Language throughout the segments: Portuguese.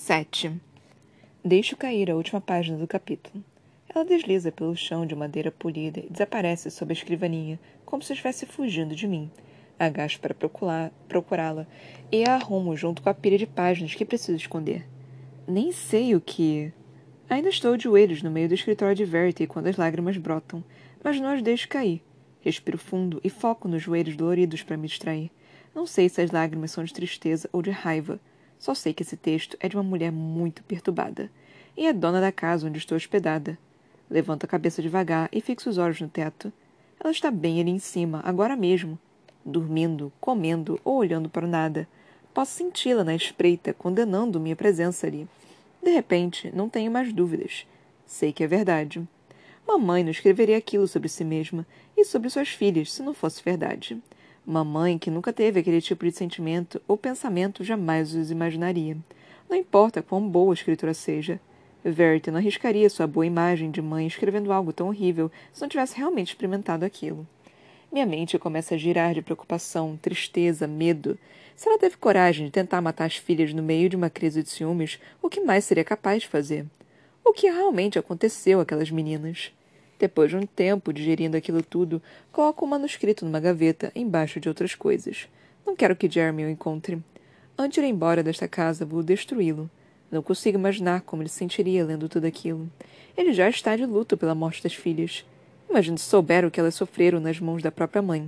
7. Deixo cair a última página do capítulo. Ela desliza pelo chão de madeira polida e desaparece sob a escrivaninha, como se estivesse fugindo de mim. Agacho para procurá-la e a arrumo junto com a pilha de páginas que preciso esconder. Nem sei o que... Ainda estou de joelhos no meio do escritório de Verity quando as lágrimas brotam, mas não as deixo cair. Respiro fundo e foco nos joelhos doloridos para me distrair. Não sei se as lágrimas são de tristeza ou de raiva. Só sei que esse texto é de uma mulher muito perturbada. E é dona da casa onde estou hospedada. Levanto a cabeça devagar e fixo os olhos no teto. Ela está bem ali em cima, agora mesmo. Dormindo, comendo ou olhando para o nada. Posso senti-la na espreita, condenando minha presença ali. De repente, não tenho mais dúvidas. Sei que é verdade. Mamãe não escreveria aquilo sobre si mesma e sobre suas filhas se não fosse verdade. Mamãe, que nunca teve aquele tipo de sentimento ou pensamento, jamais os imaginaria. Não importa quão boa a escritura seja. Verity não arriscaria sua boa imagem de mãe escrevendo algo tão horrível se não tivesse realmente experimentado aquilo. Minha mente começa a girar de preocupação, tristeza, medo. Se ela teve coragem de tentar matar as filhas no meio de uma crise de ciúmes, o que mais seria capaz de fazer? O que realmente aconteceu àquelas meninas? Depois de um tempo digerindo aquilo tudo, coloco o manuscrito numa gaveta, embaixo de outras coisas. Não quero que Jeremy o encontre. Antes de ir embora desta casa, vou destruí-lo. Não consigo imaginar como ele se sentiria lendo tudo aquilo. Ele já está de luto pela morte das filhas. Imagino se souber o que elas sofreram nas mãos da própria mãe.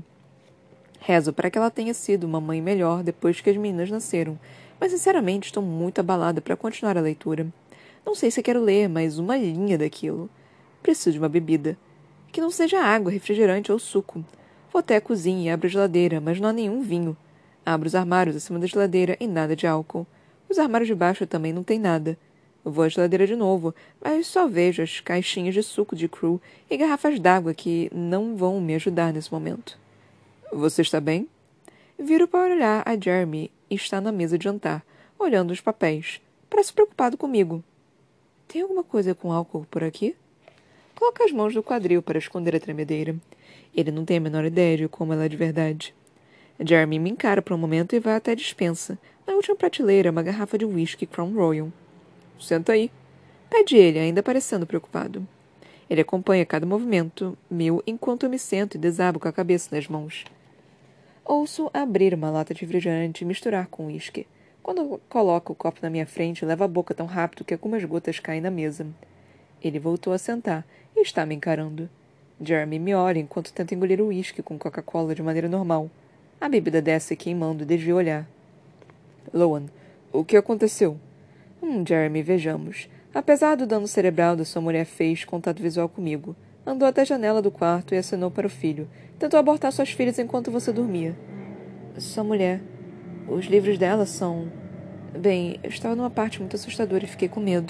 Rezo para que ela tenha sido uma mãe melhor depois que as meninas nasceram, mas sinceramente estou muito abalada para continuar a leitura. Não sei se quero ler mais uma linha daquilo. Preciso de uma bebida. Que não seja água, refrigerante ou suco. Vou até a cozinha e abro a geladeira, mas não há nenhum vinho. Abro os armários acima da geladeira e nada de álcool. Os armários de baixo também não tem nada. Vou à geladeira de novo, mas só vejo as caixinhas de suco de cru e garrafas d'água que não vão me ajudar nesse momento. Você está bem? Viro para olhar a Jeremy e está na mesa de jantar, olhando os papéis. Parece preocupado comigo. Tem alguma coisa com álcool por aqui? Coloca as mãos no quadril para esconder a tremedeira. Ele não tem a menor ideia de como ela é de verdade. Jeremy me encara por um momento e vai até a despensa. Na última prateleira, uma garrafa de whisky Crown Royal. Senta aí. Pede ele, ainda parecendo preocupado. Ele acompanha cada movimento meu enquanto eu me sento e desabo com a cabeça nas mãos. Ouço abrir uma lata de refrigerante e misturar com whisky. Quando coloco o copo na minha frente, levo a boca tão rápido que algumas gotas caem na mesa. Ele voltou a sentar e está me encarando. Jeremy me olha enquanto tenta engolir o uísque com Coca-Cola de maneira normal. A bebida desce queimando e desvia o olhar. Loan, o que aconteceu? Jeremy, vejamos. Apesar do dano cerebral da sua mulher fez contato visual comigo. Andou até a janela do quarto e acenou para o filho. Tentou abortar suas filhas enquanto você dormia. Sua mulher. Os livros dela são... Bem, eu estava numa parte muito assustadora e fiquei com medo.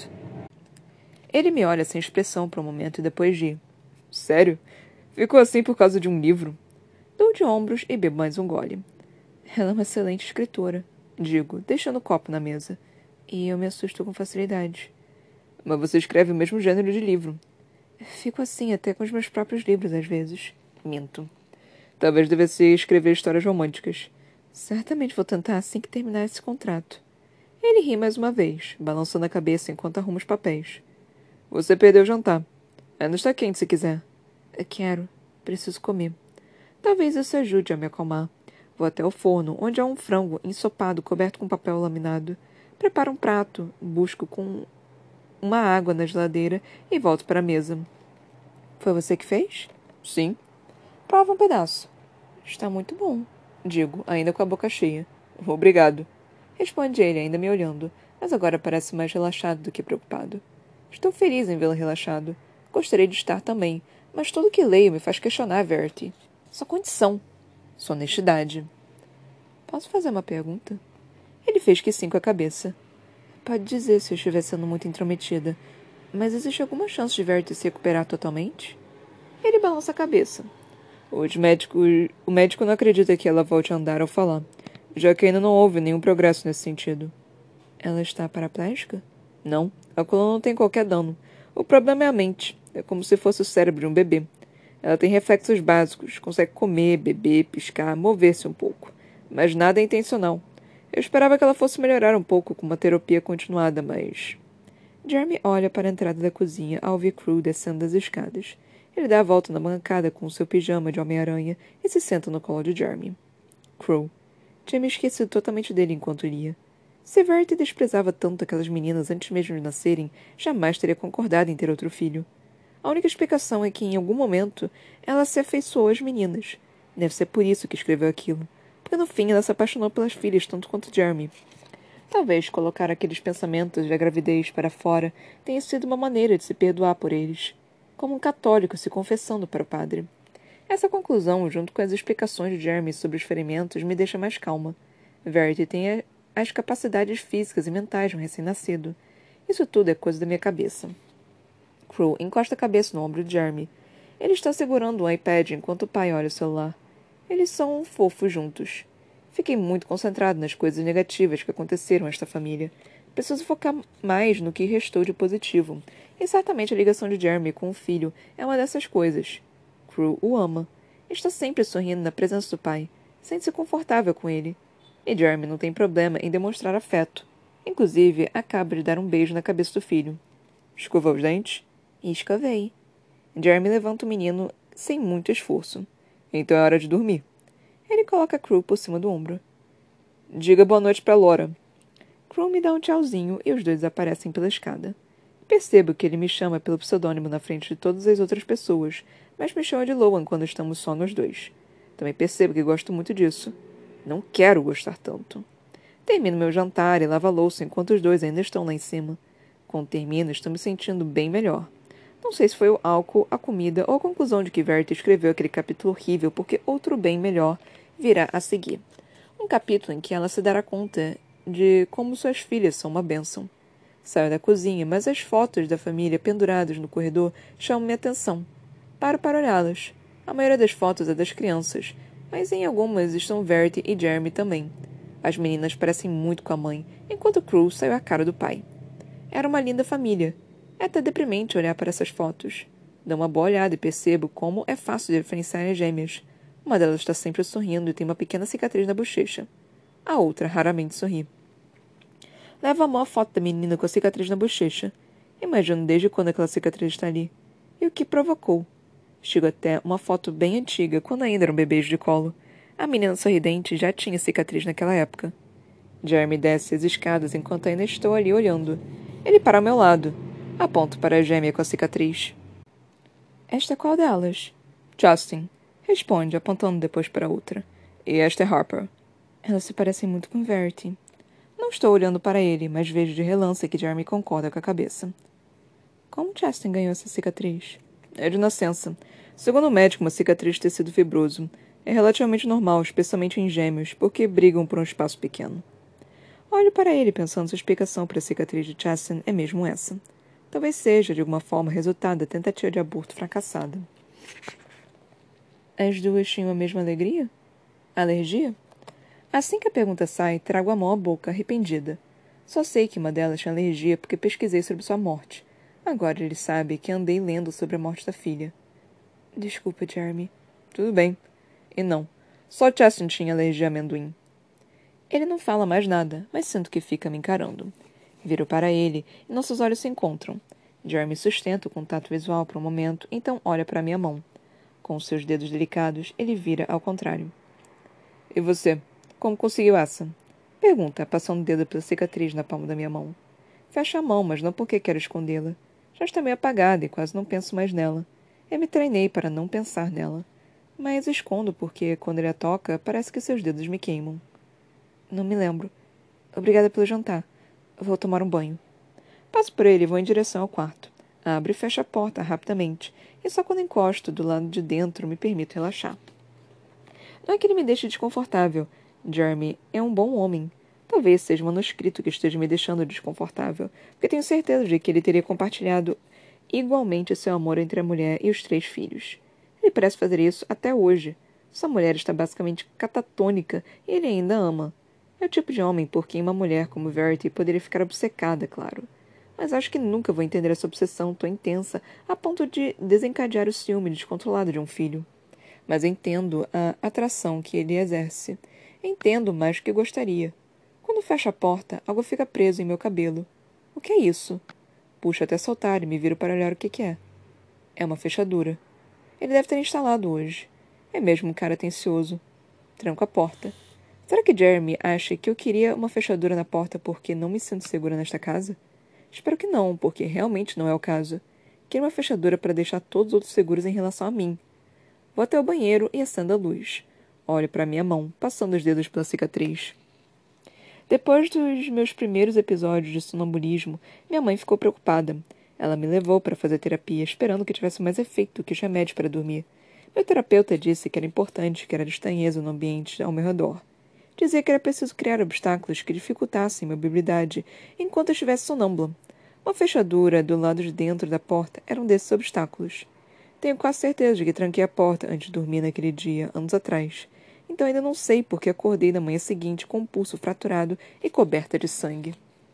Ele me olha sem expressão por um momento e depois diz: Sério? Ficou assim por causa de um livro? Dou de ombros e bebo mais um gole. Ela é uma excelente escritora, digo, deixando o copo na mesa. E eu me assusto com facilidade. Mas você escreve o mesmo gênero de livro. Fico assim até com os meus próprios livros, às vezes. Minto. Talvez devesse escrever histórias românticas. Certamente vou tentar assim que terminar esse contrato. Ele ri mais uma vez, balançando a cabeça enquanto arruma os papéis. Você perdeu o jantar. Ainda está quente se quiser. Quero. Preciso comer. Talvez isso ajude a me acalmar. Vou até o forno, onde há um frango ensopado coberto com papel laminado. Preparo um prato, busco com uma água na geladeira e volto para a mesa. Foi você que fez? Sim. Prova um pedaço. Está muito bom, digo, ainda com a boca cheia. Obrigado. Responde ele, ainda me olhando, mas agora parece mais relaxado do que preocupado. Estou feliz em vê-lo relaxado. Gostaria de estar também, mas tudo que leio me faz questionar Verity. Sua condição. Sua honestidade. Posso fazer uma pergunta? Ele fez que sim com a cabeça. Pode dizer se eu estiver sendo muito intrometida, mas existe alguma chance de Verity se recuperar totalmente? Ele balança a cabeça. O médico não acredita que ela volte a andar ou falar, já que ainda não houve nenhum progresso nesse sentido. Ela está paraplégica? Não, a coluna não tem qualquer dano. O problema é a mente. É como se fosse o cérebro de um bebê. Ela tem reflexos básicos, consegue comer, beber, piscar, mover-se um pouco. Mas nada é intencional. Eu esperava que ela fosse melhorar um pouco com uma terapia continuada, mas... Jeremy olha para a entrada da cozinha ao ver Crew descendo as escadas. Ele dá a volta na bancada com seu pijama de Homem-Aranha e se senta no colo de Jeremy. Crew. Tinha me esquecido totalmente dele enquanto lia. Se Verity desprezava tanto aquelas meninas antes mesmo de nascerem, jamais teria concordado em ter outro filho. A única explicação é que, em algum momento, ela se afeiçoou às meninas. Deve ser por isso que escreveu aquilo. Porque no fim ela se apaixonou pelas filhas tanto quanto Jeremy. Talvez colocar aqueles pensamentos da gravidez para fora tenha sido uma maneira de se perdoar por eles. Como um católico se confessando para o padre. Essa conclusão, junto com as explicações de Jeremy sobre os ferimentos, me deixa mais calma. Verity tem as capacidades físicas e mentais de um recém-nascido. Isso tudo é coisa da minha cabeça. Crew encosta a cabeça no ombro de Jeremy. Ele está segurando um iPad enquanto o pai olha o celular. Eles são fofos juntos. Fiquei muito concentrado nas coisas negativas que aconteceram a esta família. Preciso focar mais no que restou de positivo. E certamente a ligação de Jeremy com o filho é uma dessas coisas. Crew o ama. Está sempre sorrindo na presença do pai. Sente-se confortável com ele. E Jeremy não tem problema em demonstrar afeto. Inclusive, acaba de dar um beijo na cabeça do filho. Escovou os dentes? Escovei. Jeremy levanta o menino sem muito esforço. Então é hora de dormir. Ele coloca Crew por cima do ombro. Diga boa noite para Laura. Crew me dá um tchauzinho e os dois aparecem pela escada. Percebo que ele me chama pelo pseudônimo na frente de todas as outras pessoas, mas me chama de Loan quando estamos só nós dois. Também percebo que gosto muito disso. Não quero gostar tanto. Termino meu jantar e lavo a louça enquanto os dois ainda estão lá em cima. Quando termino, estou me sentindo bem melhor. Não sei se foi o álcool, a comida ou a conclusão de que Verity escreveu aquele capítulo horrível porque outro bem melhor virá a seguir. Um capítulo em que ela se dará conta de como suas filhas são uma bênção. Saio da cozinha, mas as fotos da família penduradas no corredor chamam minha atenção. Paro para olhá-las. A maioria das fotos é das crianças, mas em algumas estão Verity e Jeremy também. As meninas parecem muito com a mãe, enquanto Crew saiu a cara do pai. Era uma linda família. É até deprimente olhar para essas fotos. Dou uma boa olhada e percebo como é fácil de diferenciar as gêmeas. Uma delas está sempre sorrindo e tem uma pequena cicatriz na bochecha. A outra raramente sorri. Levo a mão a foto da menina com a cicatriz na bochecha. Imagino desde quando aquela cicatriz está ali. E o que provocou. Chego até uma foto bem antiga, quando ainda eram bebês de colo. A menina sorridente já tinha cicatriz naquela época. Jeremy desce as escadas enquanto ainda estou ali olhando. Ele para ao meu lado. Aponto para a gêmea com a cicatriz. Esta é qual delas? Justin. Responde, apontando depois para outra. E esta é Harper. Elas se parecem muito com Verity. Não estou olhando para ele, mas vejo de relance que Jeremy concorda com a cabeça. Como Justin ganhou essa cicatriz? É de nascença. Segundo o médico, uma cicatriz de tecido fibroso. É relativamente normal, especialmente em gêmeos, porque brigam por um espaço pequeno. Olho para ele pensando se a explicação para a cicatriz de Justin é mesmo essa. Talvez seja, de alguma forma, resultado da tentativa de aborto fracassada. As duas tinham a mesma alegria? Alergia? Assim que a pergunta sai, trago a mão à boca, arrependida. Só sei que uma delas tinha alergia porque pesquisei sobre sua morte. Agora ele sabe que andei lendo sobre a morte da filha. Desculpa, Jeremy. Tudo bem. E não. Só Justin tinha alergia a amendoim. Ele não fala mais nada, mas sinto que fica me encarando. Viro para ele e nossos olhos se encontram. Jeremy sustenta o contato visual por um momento, então olha para minha mão. Com seus dedos delicados, ele vira ao contrário. E você? Como conseguiu essa? Pergunta, passando o dedo pela cicatriz na palma da minha mão. Fecho a mão, mas não porque quero escondê-la. Já está meio apagada e quase não penso mais nela. Eu me treinei para não pensar nela. Mas escondo porque, quando ele a toca, parece que seus dedos me queimam. Não me lembro. Obrigada pelo jantar. Vou tomar um banho. Passo por ele e vou em direção ao quarto. Abro e fecho a porta rapidamente, e só quando encosto do lado de dentro me permito relaxar. Não é que ele me deixe desconfortável. Jeremy é um bom homem. Talvez seja o manuscrito que esteja me deixando desconfortável, porque tenho certeza de que ele teria compartilhado igualmente seu amor entre a mulher e os 3 filhos. Ele parece fazer isso até hoje. Sua mulher está basicamente catatônica e ele ainda ama. É o tipo de homem por quem uma mulher como Verity poderia ficar obcecada, claro. Mas acho que nunca vou entender essa obsessão tão intensa a ponto de desencadear o ciúme descontrolado de um filho. Mas entendo a atração que ele exerce. Entendo mais do que gostaria. Quando fecho a porta, algo fica preso em meu cabelo. O que é isso? Puxo até soltar e me viro para olhar o que é. É uma fechadura. Ele deve ter instalado hoje. É mesmo um cara atencioso. Tranco a porta. Será que Jeremy acha que eu queria uma fechadura na porta porque não me sinto segura nesta casa? Espero que não, porque realmente não é o caso. Quero uma fechadura para deixar todos os outros seguros em relação a mim. Vou até o banheiro e acendo a luz. Olho para minha mão, passando os dedos pela cicatriz. Depois dos meus primeiros episódios de sonambulismo, minha mãe ficou preocupada. Ela me levou para fazer terapia, esperando que tivesse mais efeito que os remédios para dormir. Meu terapeuta disse que era importante criar estranheza no ambiente ao meu redor. Dizia que era preciso criar obstáculos que dificultassem minha mobilidade enquanto eu estivesse sonâmbula. Uma fechadura do lado de dentro da porta era um desses obstáculos. Tenho quase certeza de que tranquei a porta antes de dormir naquele dia, anos atrás. Então ainda não sei por que acordei na manhã seguinte com o pulso fraturado e coberta de sangue.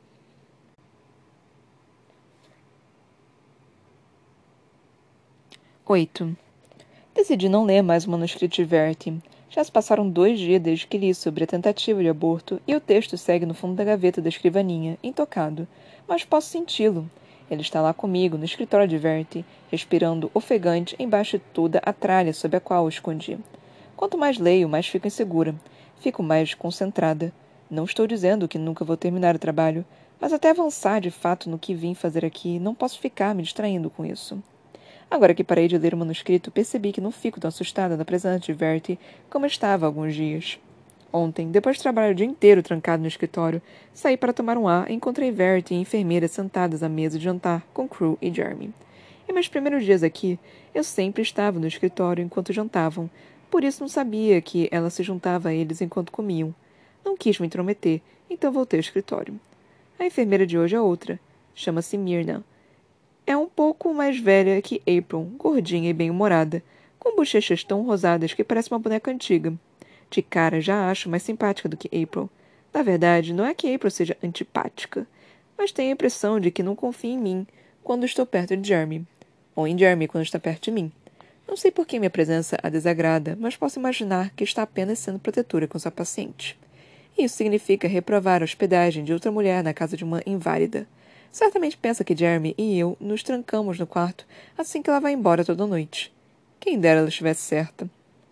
8. Decidi não ler mais o manuscrito de Verity. Já se passaram 2 dias desde que li sobre a tentativa de aborto e o texto segue no fundo da gaveta da escrivaninha, intocado. Mas posso senti-lo. Ele está lá comigo, no escritório de Verity, respirando ofegante embaixo de toda a tralha sob a qual o escondi. Quanto mais leio, mais fico insegura. Fico mais concentrada. Não estou dizendo que nunca vou terminar o trabalho, mas até avançar de fato no que vim fazer aqui, não posso ficar me distraindo com isso. Agora que parei de ler o manuscrito, percebi que não fico tão assustada na presença de Verity como estava há alguns dias. Ontem, depois de trabalhar o dia inteiro trancado no escritório, saí para tomar um ar e encontrei Verity e a enfermeira sentadas à mesa de jantar com Crew e Jeremy. Em meus primeiros dias aqui, eu sempre estava no escritório enquanto jantavam, por isso não sabia que ela se juntava a eles enquanto comiam. Não quis me intrometer, então voltei ao escritório. A enfermeira de hoje é outra. Chama-se Myrna. É um pouco mais velha que April, gordinha e bem-humorada, com bochechas tão rosadas que parece uma boneca antiga. De cara, já acho mais simpática do que April. Na verdade, não é que April seja antipática, mas tenho a impressão de que não confia em mim quando estou perto de Jeremy, ou em Jeremy quando está perto de mim. Não sei por que minha presença a desagrada, mas posso imaginar que está apenas sendo protetora com sua paciente. Isso significa reprovar a hospedagem de outra mulher na casa de uma inválida. Certamente pensa que Jeremy e eu nos trancamos no quarto assim que ela vai embora toda noite. Quem dera ela estivesse certa.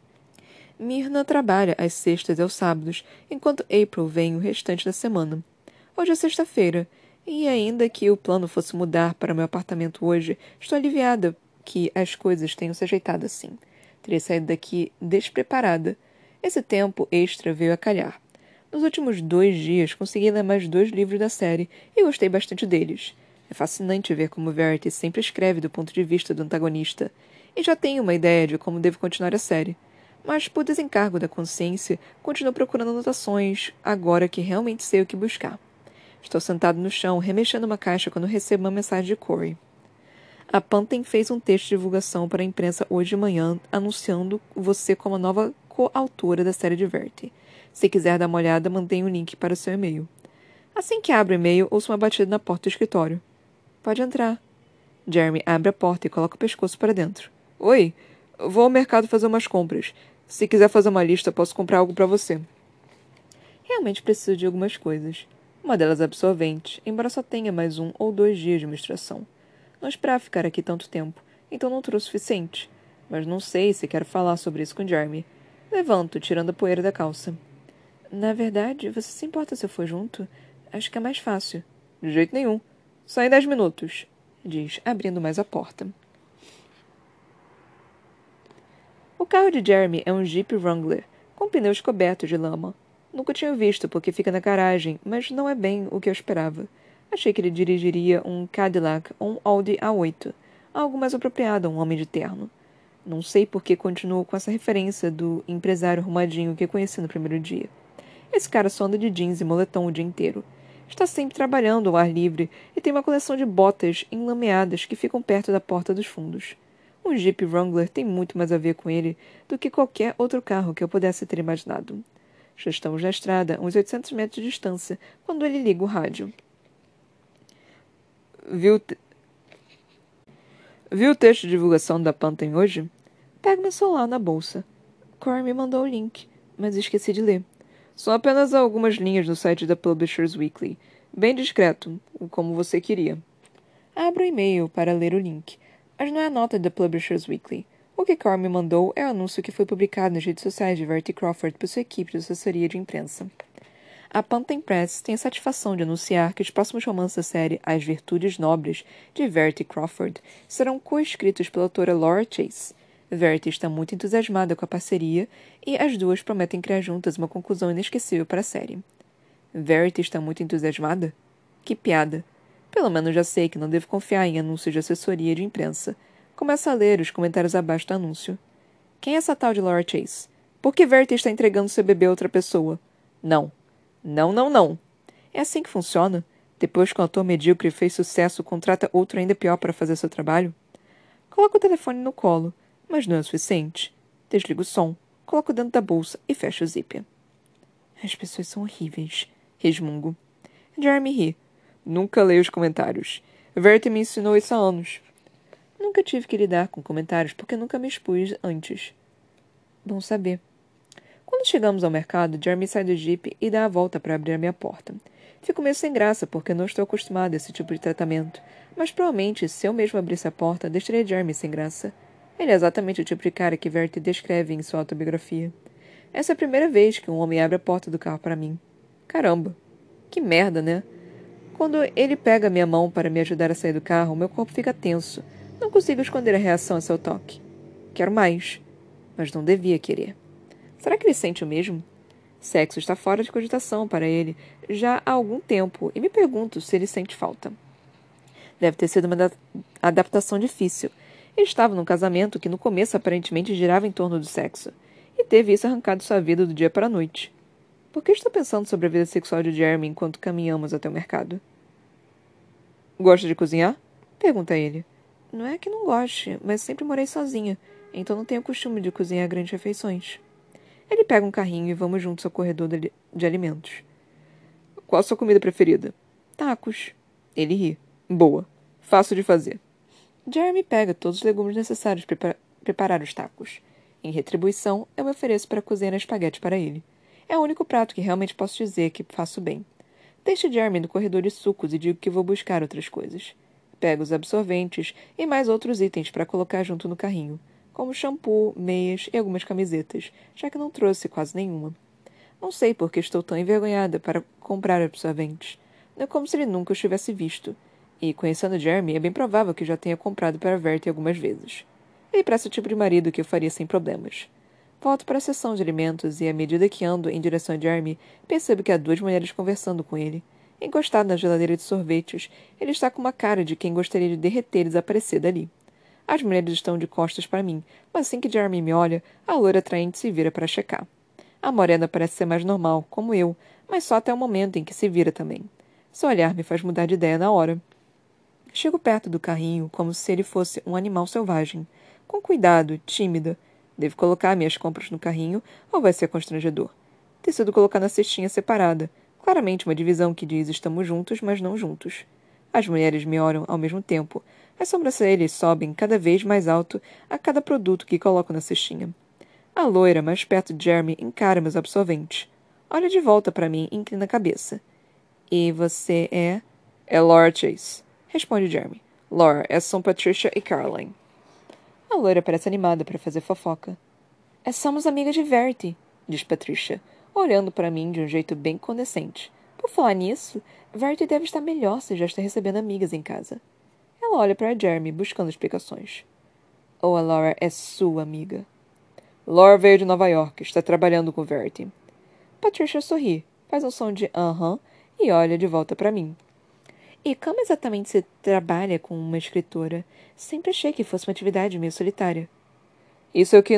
Myrna trabalha às sextas e aos sábados, enquanto April vem o restante da semana. Hoje é sexta-feira, e ainda que o plano fosse mudar para meu apartamento hoje, estou aliviada que as coisas tenham se ajeitado assim. Teria saído daqui despreparada. Esse tempo extra veio a calhar. Nos últimos 2 dias, consegui ler mais 2 livros da série e gostei bastante deles. É fascinante ver como Verity sempre escreve do ponto de vista do antagonista, e já tenho uma ideia de como devo continuar a série. Mas, por desencargo da consciência, continuo procurando anotações, agora que realmente sei o que buscar. Estou sentado no chão, remexendo uma caixa quando recebo uma mensagem de Corey. A Panten fez um texto de divulgação para a imprensa hoje de manhã, anunciando você como a nova coautora da série de Verity. Se quiser dar uma olhada, mantenha o link para o seu e-mail. Assim que abro o e-mail, ouço uma batida na porta do escritório. Pode entrar. Jeremy abre a porta e coloca o pescoço para dentro. Oi, vou ao mercado fazer umas compras. Se quiser fazer uma lista, posso comprar algo para você. Realmente preciso de algumas coisas. Uma delas é absorvente, embora só tenha mais 1 ou 2 dias de menstruação. Não esperava ficar aqui tanto tempo, então não trouxe o suficiente. Mas não sei se quero falar sobre isso com Jeremy. Levanto, tirando a poeira da calça. Na verdade, você se importa se eu for junto? Acho que é mais fácil. De jeito nenhum. Só em 10 minutos, diz, abrindo mais a porta. O carro de Jeremy é um Jeep Wrangler, com pneus cobertos de lama. Nunca tinha visto porque fica na garagem, mas não é bem o que eu esperava. Achei que ele dirigiria um Cadillac ou um Audi A8, algo mais apropriado a um homem de terno. Não sei por que continuo com essa referência do empresário arrumadinho que conheci no primeiro dia. Esse cara só anda de jeans e moletom o dia inteiro. Está sempre trabalhando ao ar livre e tem uma coleção de botas enlameadas que ficam perto da porta dos fundos. Um Jeep Wrangler tem muito mais a ver com ele do que qualquer outro carro que eu pudesse ter imaginado. Já estamos na estrada, a uns 800 metros de distância, quando ele liga o rádio. Viu o texto de divulgação da Panten hoje? Pego meu celular na bolsa. Corey me mandou o link, mas esqueci de ler. São apenas algumas linhas no site da Publishers Weekly. Bem discreto, como você queria. Abro o e-mail para ler o link, mas não é a nota da Publishers Weekly. O que Carl me mandou é o anúncio que foi publicado nas redes sociais de Verity Crawford por sua equipe de assessoria de imprensa. A Pantheon Press tem a satisfação de anunciar que os próximos romances da série As Virtudes Nobres, de Verity Crawford, serão co-escritos pela autora Laura Chase. Verity está muito entusiasmada com a parceria e as duas prometem criar juntas uma conclusão inesquecível para a série. Verity está muito entusiasmada? Que piada! Pelo menos já sei que não devo confiar em anúncios de assessoria de imprensa. Começo a ler os comentários abaixo do anúncio. Quem é essa tal de Laura Chase? Por que Verity está entregando seu bebê a outra pessoa? Não. Não, não, não. É assim que funciona? Depois que um ator medíocre fez sucesso, contrata outro ainda pior para fazer seu trabalho? Coloco o telefone no colo, mas não é o suficiente. Desligo o som, coloco dentro da bolsa e fecho o zíper. As pessoas são horríveis, resmungo. Jeremy ri. Nunca leio os comentários. Verity me ensinou isso há anos. Nunca tive que lidar com comentários porque nunca me expus antes. Bom saber. Quando chegamos ao mercado, Jeremy sai do jipe e dá a volta para abrir a minha porta. Fico meio sem graça porque não estou acostumado a esse tipo de tratamento, mas provavelmente, se eu mesmo abrisse a porta, deixaria Jeremy sem graça. Ele é exatamente o tipo de cara que Verity descreve em sua autobiografia. Essa é a primeira vez que um homem abre a porta do carro para mim. Caramba! Que merda, né? Quando ele pega minha mão para me ajudar a sair do carro, meu corpo fica tenso. Não consigo esconder a reação a seu toque. Quero mais, mas não devia querer. Será que ele sente o mesmo? Sexo está fora de cogitação para ele já há algum tempo e me pergunto se ele sente falta. Deve ter sido uma adaptação difícil. Ele estava num casamento que no começo aparentemente girava em torno do sexo e teve isso arrancado de sua vida do dia para a noite. Por que estou pensando sobre a vida sexual de Jeremy enquanto caminhamos até o mercado? Gosta de cozinhar? Pergunta ele. Não é que não goste, mas sempre morei sozinha, então não tenho costume de cozinhar grandes refeições. Ele pega um carrinho e vamos juntos ao corredor de alimentos. Qual a sua comida preferida? Tacos. Ele ri. Boa. Fácil de fazer. Jeremy pega todos os legumes necessários para preparar os tacos. Em retribuição, eu me ofereço para cozinhar espaguete para ele. É o único prato que realmente posso dizer que faço bem. Deixo Jeremy no corredor de sucos e digo que vou buscar outras coisas. Pego os absorventes e mais outros itens para colocar junto no carrinho, como shampoo, meias e algumas camisetas, já que não trouxe quase nenhuma. Não sei por que estou tão envergonhada para comprar absorventes. Não é como se ele nunca os tivesse visto. E, conhecendo Jeremy, é bem provável que já tenha comprado para Verity algumas vezes. Ele parece o tipo de marido que eu faria sem problemas. Volto para a seção de alimentos e, à medida que ando em direção a Jeremy, percebo que há duas mulheres conversando com ele. Encostado na geladeira de sorvetes, ele está com uma cara de quem gostaria de derreter e desaparecer dali. As mulheres estão de costas para mim, mas assim que Jeremy me olha, a loira atraente se vira para checar. A morena parece ser mais normal, como eu, mas só até o momento em que se vira também. Seu olhar me faz mudar de ideia na hora. Chego perto do carrinho como se ele fosse um animal selvagem. Com cuidado, tímida. Devo colocar minhas compras no carrinho ou vai ser constrangedor? Decido colocar na cestinha separada. Claramente uma divisão que diz estamos juntos, mas não juntos. As mulheres me olham ao mesmo tempo. As sobrancelhas sobem cada vez mais alto a cada produto que coloco na cestinha. A loira, mais perto de Jeremy, encara meus absorventes. Olha de volta para mim e inclina a cabeça. E você é? É Laura Chase, responde Jeremy. Laura, são Patricia e Caroline. A loira parece animada para fazer fofoca. Somos amigas de Verity, diz Patricia, olhando para mim de um jeito bem condescendente. Por falar nisso, Verity deve estar melhor se já está recebendo amigas em casa. Ela olha para Jeremy, buscando explicações. Ou a Laura é sua amiga? Laura veio de Nova York, está trabalhando com Verity. Patricia sorri, faz um som de aham e olha de volta para mim. E como exatamente você trabalha com uma escritora? Sempre achei que fosse uma atividade meio solitária. Isso é o que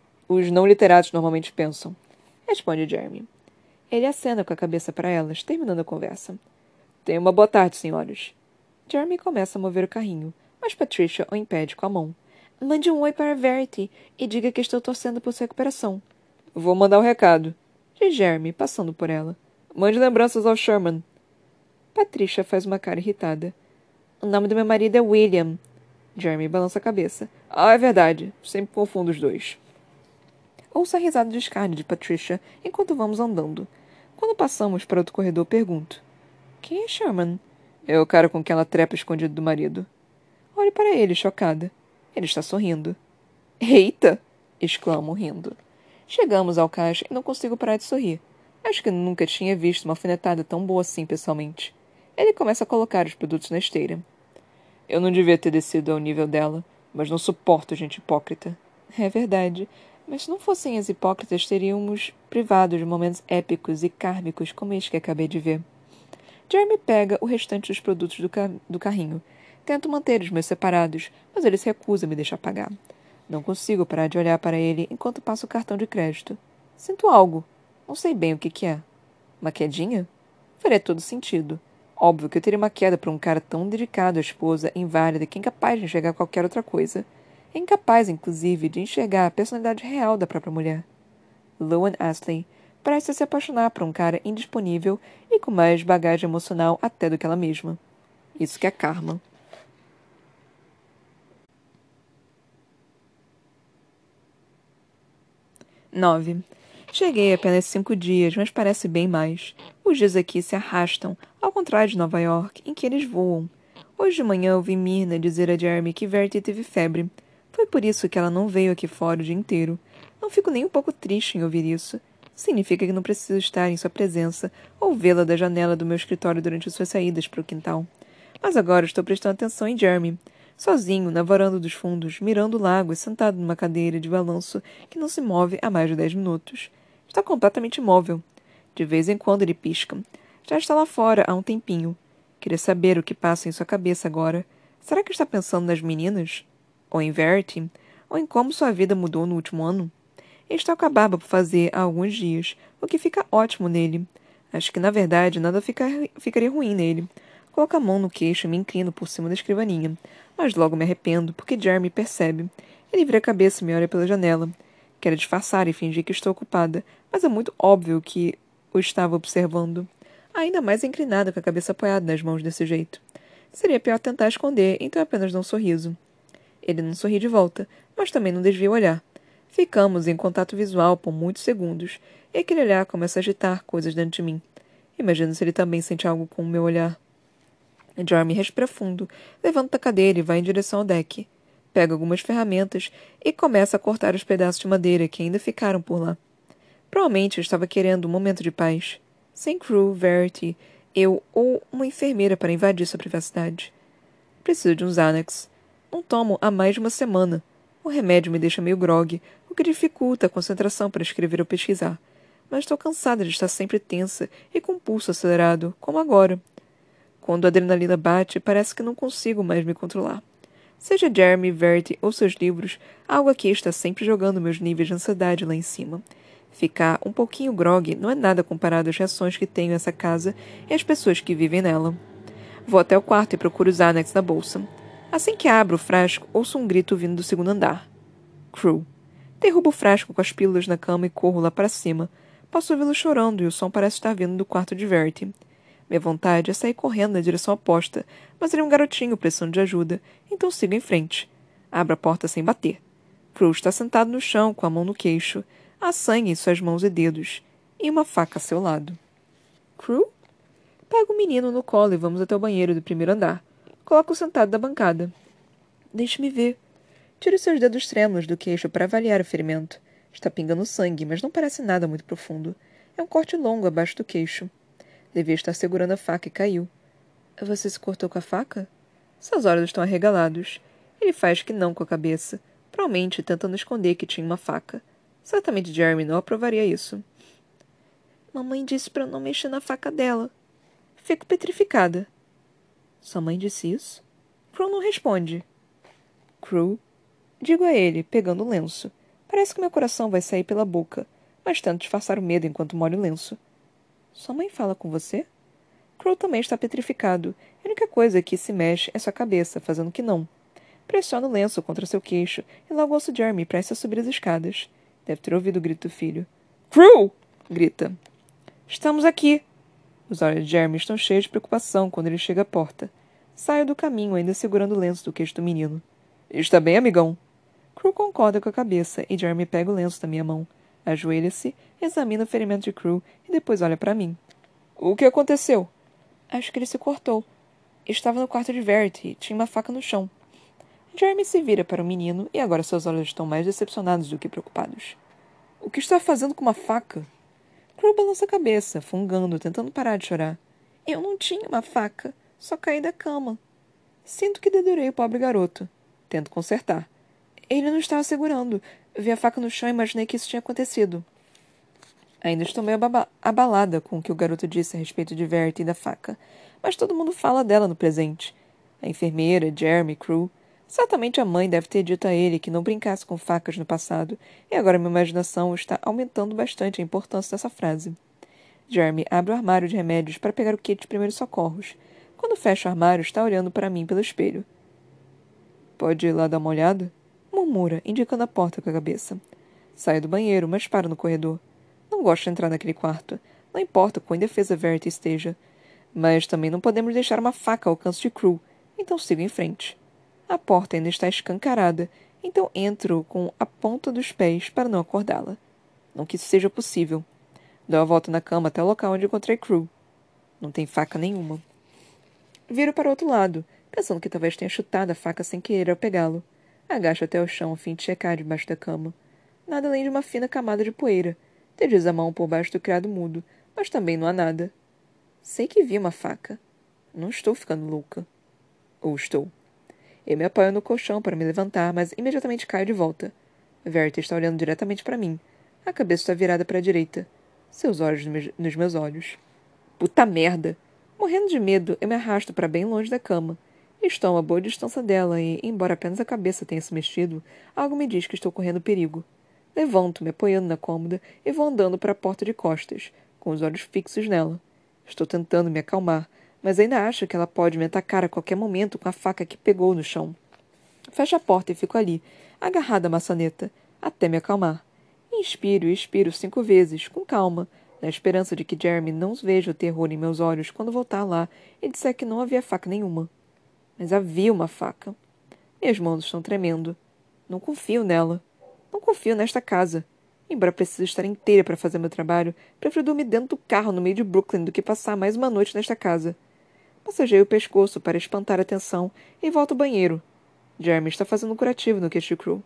os não literatos normalmente pensam, responde Jeremy. Ele acena com a cabeça para elas, terminando a conversa. Tenha uma boa tarde, senhoras. Jeremy começa a mover o carrinho, mas Patricia o impede com a mão. Mande um oi para Verity e diga que estou torcendo por sua recuperação. Vou mandar um recado, diz Jeremy, passando por ela. Mande lembranças ao Sherman. Patricia faz uma cara irritada. O nome do meu marido é William. Jeremy balança a cabeça. Ah, é verdade. Sempre confundo os dois. Ouço a risada de escárnio de Patricia enquanto vamos andando. Quando passamos para outro corredor, pergunto. Quem é Sherman? É o cara com quem ela trepa escondido do marido. Olho para ele, chocada. Ele está sorrindo. Eita! Exclamo, rindo. Chegamos ao caixa e não consigo parar de sorrir. Acho que nunca tinha visto uma alfinetada tão boa assim, pessoalmente. Ele começa a colocar os produtos na esteira. Eu não devia ter descido ao nível dela, mas não suporto gente hipócrita. É verdade. Mas se não fossem as hipócritas, teríamos privado de momentos épicos e kármicos como este que acabei de ver. Jeremy pega o restante dos produtos do carrinho. Tento manter os meus separados, mas ele se recusa a me deixar pagar. Não consigo parar de olhar para ele enquanto passo o cartão de crédito. Sinto algo. Não sei bem o que é. Uma quedinha? Faria todo sentido. Óbvio que eu teria uma queda por um cara tão dedicado à esposa, inválida, que é incapaz de enxergar qualquer outra coisa. É incapaz, inclusive, de enxergar a personalidade real da própria mulher. Loan Astley parece se apaixonar por um cara indisponível e com mais bagagem emocional até do que ela mesma. Isso que é karma. 9. Cheguei apenas 5 dias, mas parece bem mais. Os dias aqui se arrastam, ao contrário de Nova York, em que eles voam. Hoje de manhã ouvi Myrna dizer a Jeremy que Verity teve febre. Foi por isso que ela não veio aqui fora o dia inteiro. Não fico nem um pouco triste em ouvir isso. Significa que não preciso estar em sua presença ou vê-la da janela do meu escritório durante suas saídas para o quintal. Mas agora estou prestando atenção em Jeremy. Sozinho, na varanda dos fundos, mirando o lago e sentado numa cadeira de balanço que não se move há mais de 10 minutos. Está completamente imóvel. De vez em quando ele pisca. Já está lá fora há um tempinho. Queria saber o que passa em sua cabeça agora. Será que está pensando nas meninas? Ou em Verity? Ou em como sua vida mudou no último ano? Está com a barba por fazer há alguns dias, o que fica ótimo nele. Acho que, na verdade, nada ficaria ruim nele. Coloco a mão no queixo e me inclino por cima da escrivaninha. Mas logo me arrependo, porque Jeremy percebe. Ele vira a cabeça e me olha pela janela. Quero disfarçar e fingir que estou ocupada, mas é muito óbvio que o estava observando. Ainda mais inclinada, com a cabeça apoiada nas mãos desse jeito. Seria pior tentar esconder, então apenas dou um sorriso. Ele não sorri de volta, mas também não desvia o olhar. Ficamos em contato visual por muitos segundos, e aquele olhar começa a agitar coisas dentro de mim. Imagino se ele também sente algo com o meu olhar. Jeremy respira fundo, levanta da cadeira e vai em direção ao deck. Pega algumas ferramentas e começa a cortar os pedaços de madeira que ainda ficaram por lá. Provavelmente eu estava querendo um momento de paz. Sem Crew, Verity, eu ou uma enfermeira para invadir sua privacidade. Preciso de um Xanax. Não tomo há mais de uma semana. O remédio me deixa meio grogue, o que dificulta a concentração para escrever ou pesquisar. Mas estou cansada de estar sempre tensa e com o pulso acelerado, como agora. Quando a adrenalina bate, parece que não consigo mais me controlar. Seja Jeremy, Verity ou seus livros, algo aqui está sempre jogando meus níveis de ansiedade lá em cima. Ficar um pouquinho grogue não é nada comparado às reações que tenho nessa casa e às pessoas que vivem nela. Vou até o quarto e procuro os Xanax na bolsa. Assim que abro o frasco, ouço um grito vindo do segundo andar. Crew. Derrubo o frasco com as pílulas na cama e corro lá para cima. Posso ouvi-lo chorando e o som parece estar vindo do quarto de Verity. Minha vontade é sair correndo na direção oposta, mas ele é um garotinho precisando de ajuda, então sigo em frente. Abro a porta sem bater. Crew está sentado no chão, com a mão no queixo. Há sangue em suas mãos e dedos. E uma faca a seu lado. Crew? Pego o menino no colo e vamos até o banheiro do primeiro andar. Coloco-o sentado na bancada. Deixe-me ver. Tiro seus dedos trêmulos do queixo para avaliar o ferimento. Está pingando sangue, mas não parece nada muito profundo. É um corte longo abaixo do queixo. Devia estar segurando a faca e caiu. Você se cortou com a faca? Seus olhos estão arregalados. Ele faz que não com a cabeça, provavelmente tentando esconder que tinha uma faca. Certamente Jeremy não aprovaria isso. Mamãe disse para eu não mexer na faca dela. Fico petrificada. Sua mãe disse isso? Crew não responde. Crew? Digo a ele, pegando o lenço. Parece que meu coração vai sair pela boca, mas tento disfarçar o medo enquanto molho o lenço. Sua mãe fala com você? Crow também está petrificado. A única coisa que se mexe é sua cabeça, fazendo que não. Pressiona o lenço contra seu queixo e logo ouço Jeremy prestes a subir as escadas. Deve ter ouvido o grito do filho. Crew! Grita. Estamos aqui! Os olhos de Jeremy estão cheios de preocupação quando ele chega à porta. Saio do caminho, ainda segurando o lenço do queixo do menino. Está bem, amigão? Crew concorda com a cabeça e Jeremy pega o lenço da minha mão. Ajoelha-se, examina o ferimento de Crew e depois olha para mim. O que aconteceu? Acho que ele se cortou. Estava no quarto de Verity e tinha uma faca no chão. Jeremy se vira para o menino e agora seus olhos estão mais decepcionados do que preocupados. O que está fazendo com uma faca? Crew balança a cabeça, fungando, tentando parar de chorar. Eu não tinha uma faca, só caí da cama. Sinto que dedurei o pobre garoto. Tento consertar. Ele não estava segurando. Vi a faca no chão e imaginei que isso tinha acontecido. Ainda estou meio abalada com o que o garoto disse a respeito de Verity e da faca, mas todo mundo fala dela no presente. A enfermeira, Jeremy, Crew. Certamente a mãe deve ter dito a ele que não brincasse com facas no passado, e agora minha imaginação está aumentando bastante a importância dessa frase. Jeremy abre o armário de remédios para pegar o kit de primeiros socorros. Quando fecha o armário, está olhando para mim pelo espelho. Pode ir lá dar uma olhada? Murmura, indicando a porta com a cabeça. Saio do banheiro, mas paro no corredor. Não gosto de entrar naquele quarto. Não importa quão indefesa Verity esteja. Mas também não podemos deixar uma faca ao alcance de Crew, então sigo em frente. A porta ainda está escancarada, então entro com a ponta dos pés para não acordá-la. Não que isso seja possível. Dou a volta na cama até o local onde encontrei Crew. Não tem faca nenhuma. Viro para o outro lado, pensando que talvez tenha chutado a faca sem querer ao pegá-lo. Agacho até o chão a fim de checar debaixo da cama. Nada além de uma fina camada de poeira. Deslizo a mão por baixo do criado mudo, mas também não há nada. Sei que vi uma faca. Não estou ficando louca. Ou estou. Eu me apoio no colchão para me levantar, mas imediatamente caio de volta. Verity está olhando diretamente para mim. A cabeça está virada para a direita. Seus olhos nos meus olhos. Puta merda! Morrendo de medo, eu me arrasto para bem longe da cama. Estou a uma boa distância dela e, embora apenas a cabeça tenha se mexido, algo me diz que estou correndo perigo. Levanto-me, apoiando na cômoda, e vou andando para a porta de costas, com os olhos fixos nela. Estou tentando me acalmar, mas ainda acho que ela pode me atacar a qualquer momento com a faca que pegou no chão. Fecho a porta e fico ali, agarrada à maçaneta, até me acalmar. Inspiro e expiro 5 vezes, com calma, na esperança de que Jeremy não veja o terror em meus olhos quando voltar lá e disser que não havia faca nenhuma. Mas havia uma faca. Minhas mãos estão tremendo. Não confio nela. Não confio nesta casa. Embora precise estar inteira para fazer meu trabalho, prefiro dormir dentro do carro no meio de Brooklyn do que passar mais uma noite nesta casa. Massageio o pescoço para espantar a tensão e volto ao banheiro. Jeremy está fazendo um curativo no queixo de Crew.